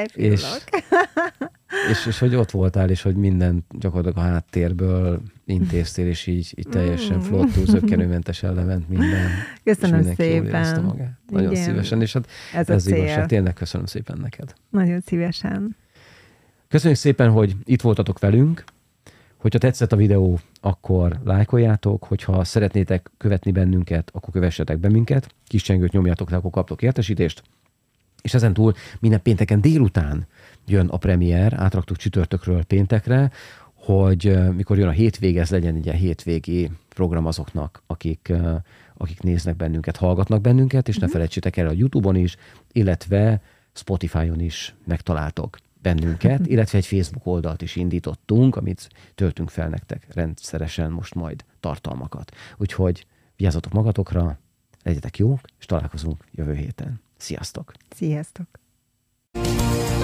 És hogy ott voltál, és hogy minden gyakorlatilag a háttérből intéztél, és így teljesen flottú, zökkenőmentesen lement minden. Köszönöm szépen. Nagyon szívesen, és hát ez igazság. Tényleg köszönöm szépen neked. Nagyon szívesen. Köszönjük szépen, hogy itt voltatok velünk. Hogyha tetszett a videó, akkor lájkoljátok, hogyha szeretnétek követni bennünket, akkor kövessetek be minket, kis csengőt nyomjátok le, akkor kaptok értesítést. És ezen túl minden pénteken délután jön a premier, átraktuk csütörtökről péntekre, hogy mikor jön a hétvége, ez legyen egy ilyen hétvégi program azoknak, akik néznek bennünket, hallgatnak bennünket, és ne felejtsétek el a YouTube-on is, illetve Spotify-on is megtaláltok bennünket, illetve egy Facebook oldalt is indítottunk, amit töltünk fel nektek rendszeresen most majd tartalmakat. Úgyhogy vigyázzatok magatokra, legyetek jók, és találkozunk jövő héten. Sziasztok! Sziasztok!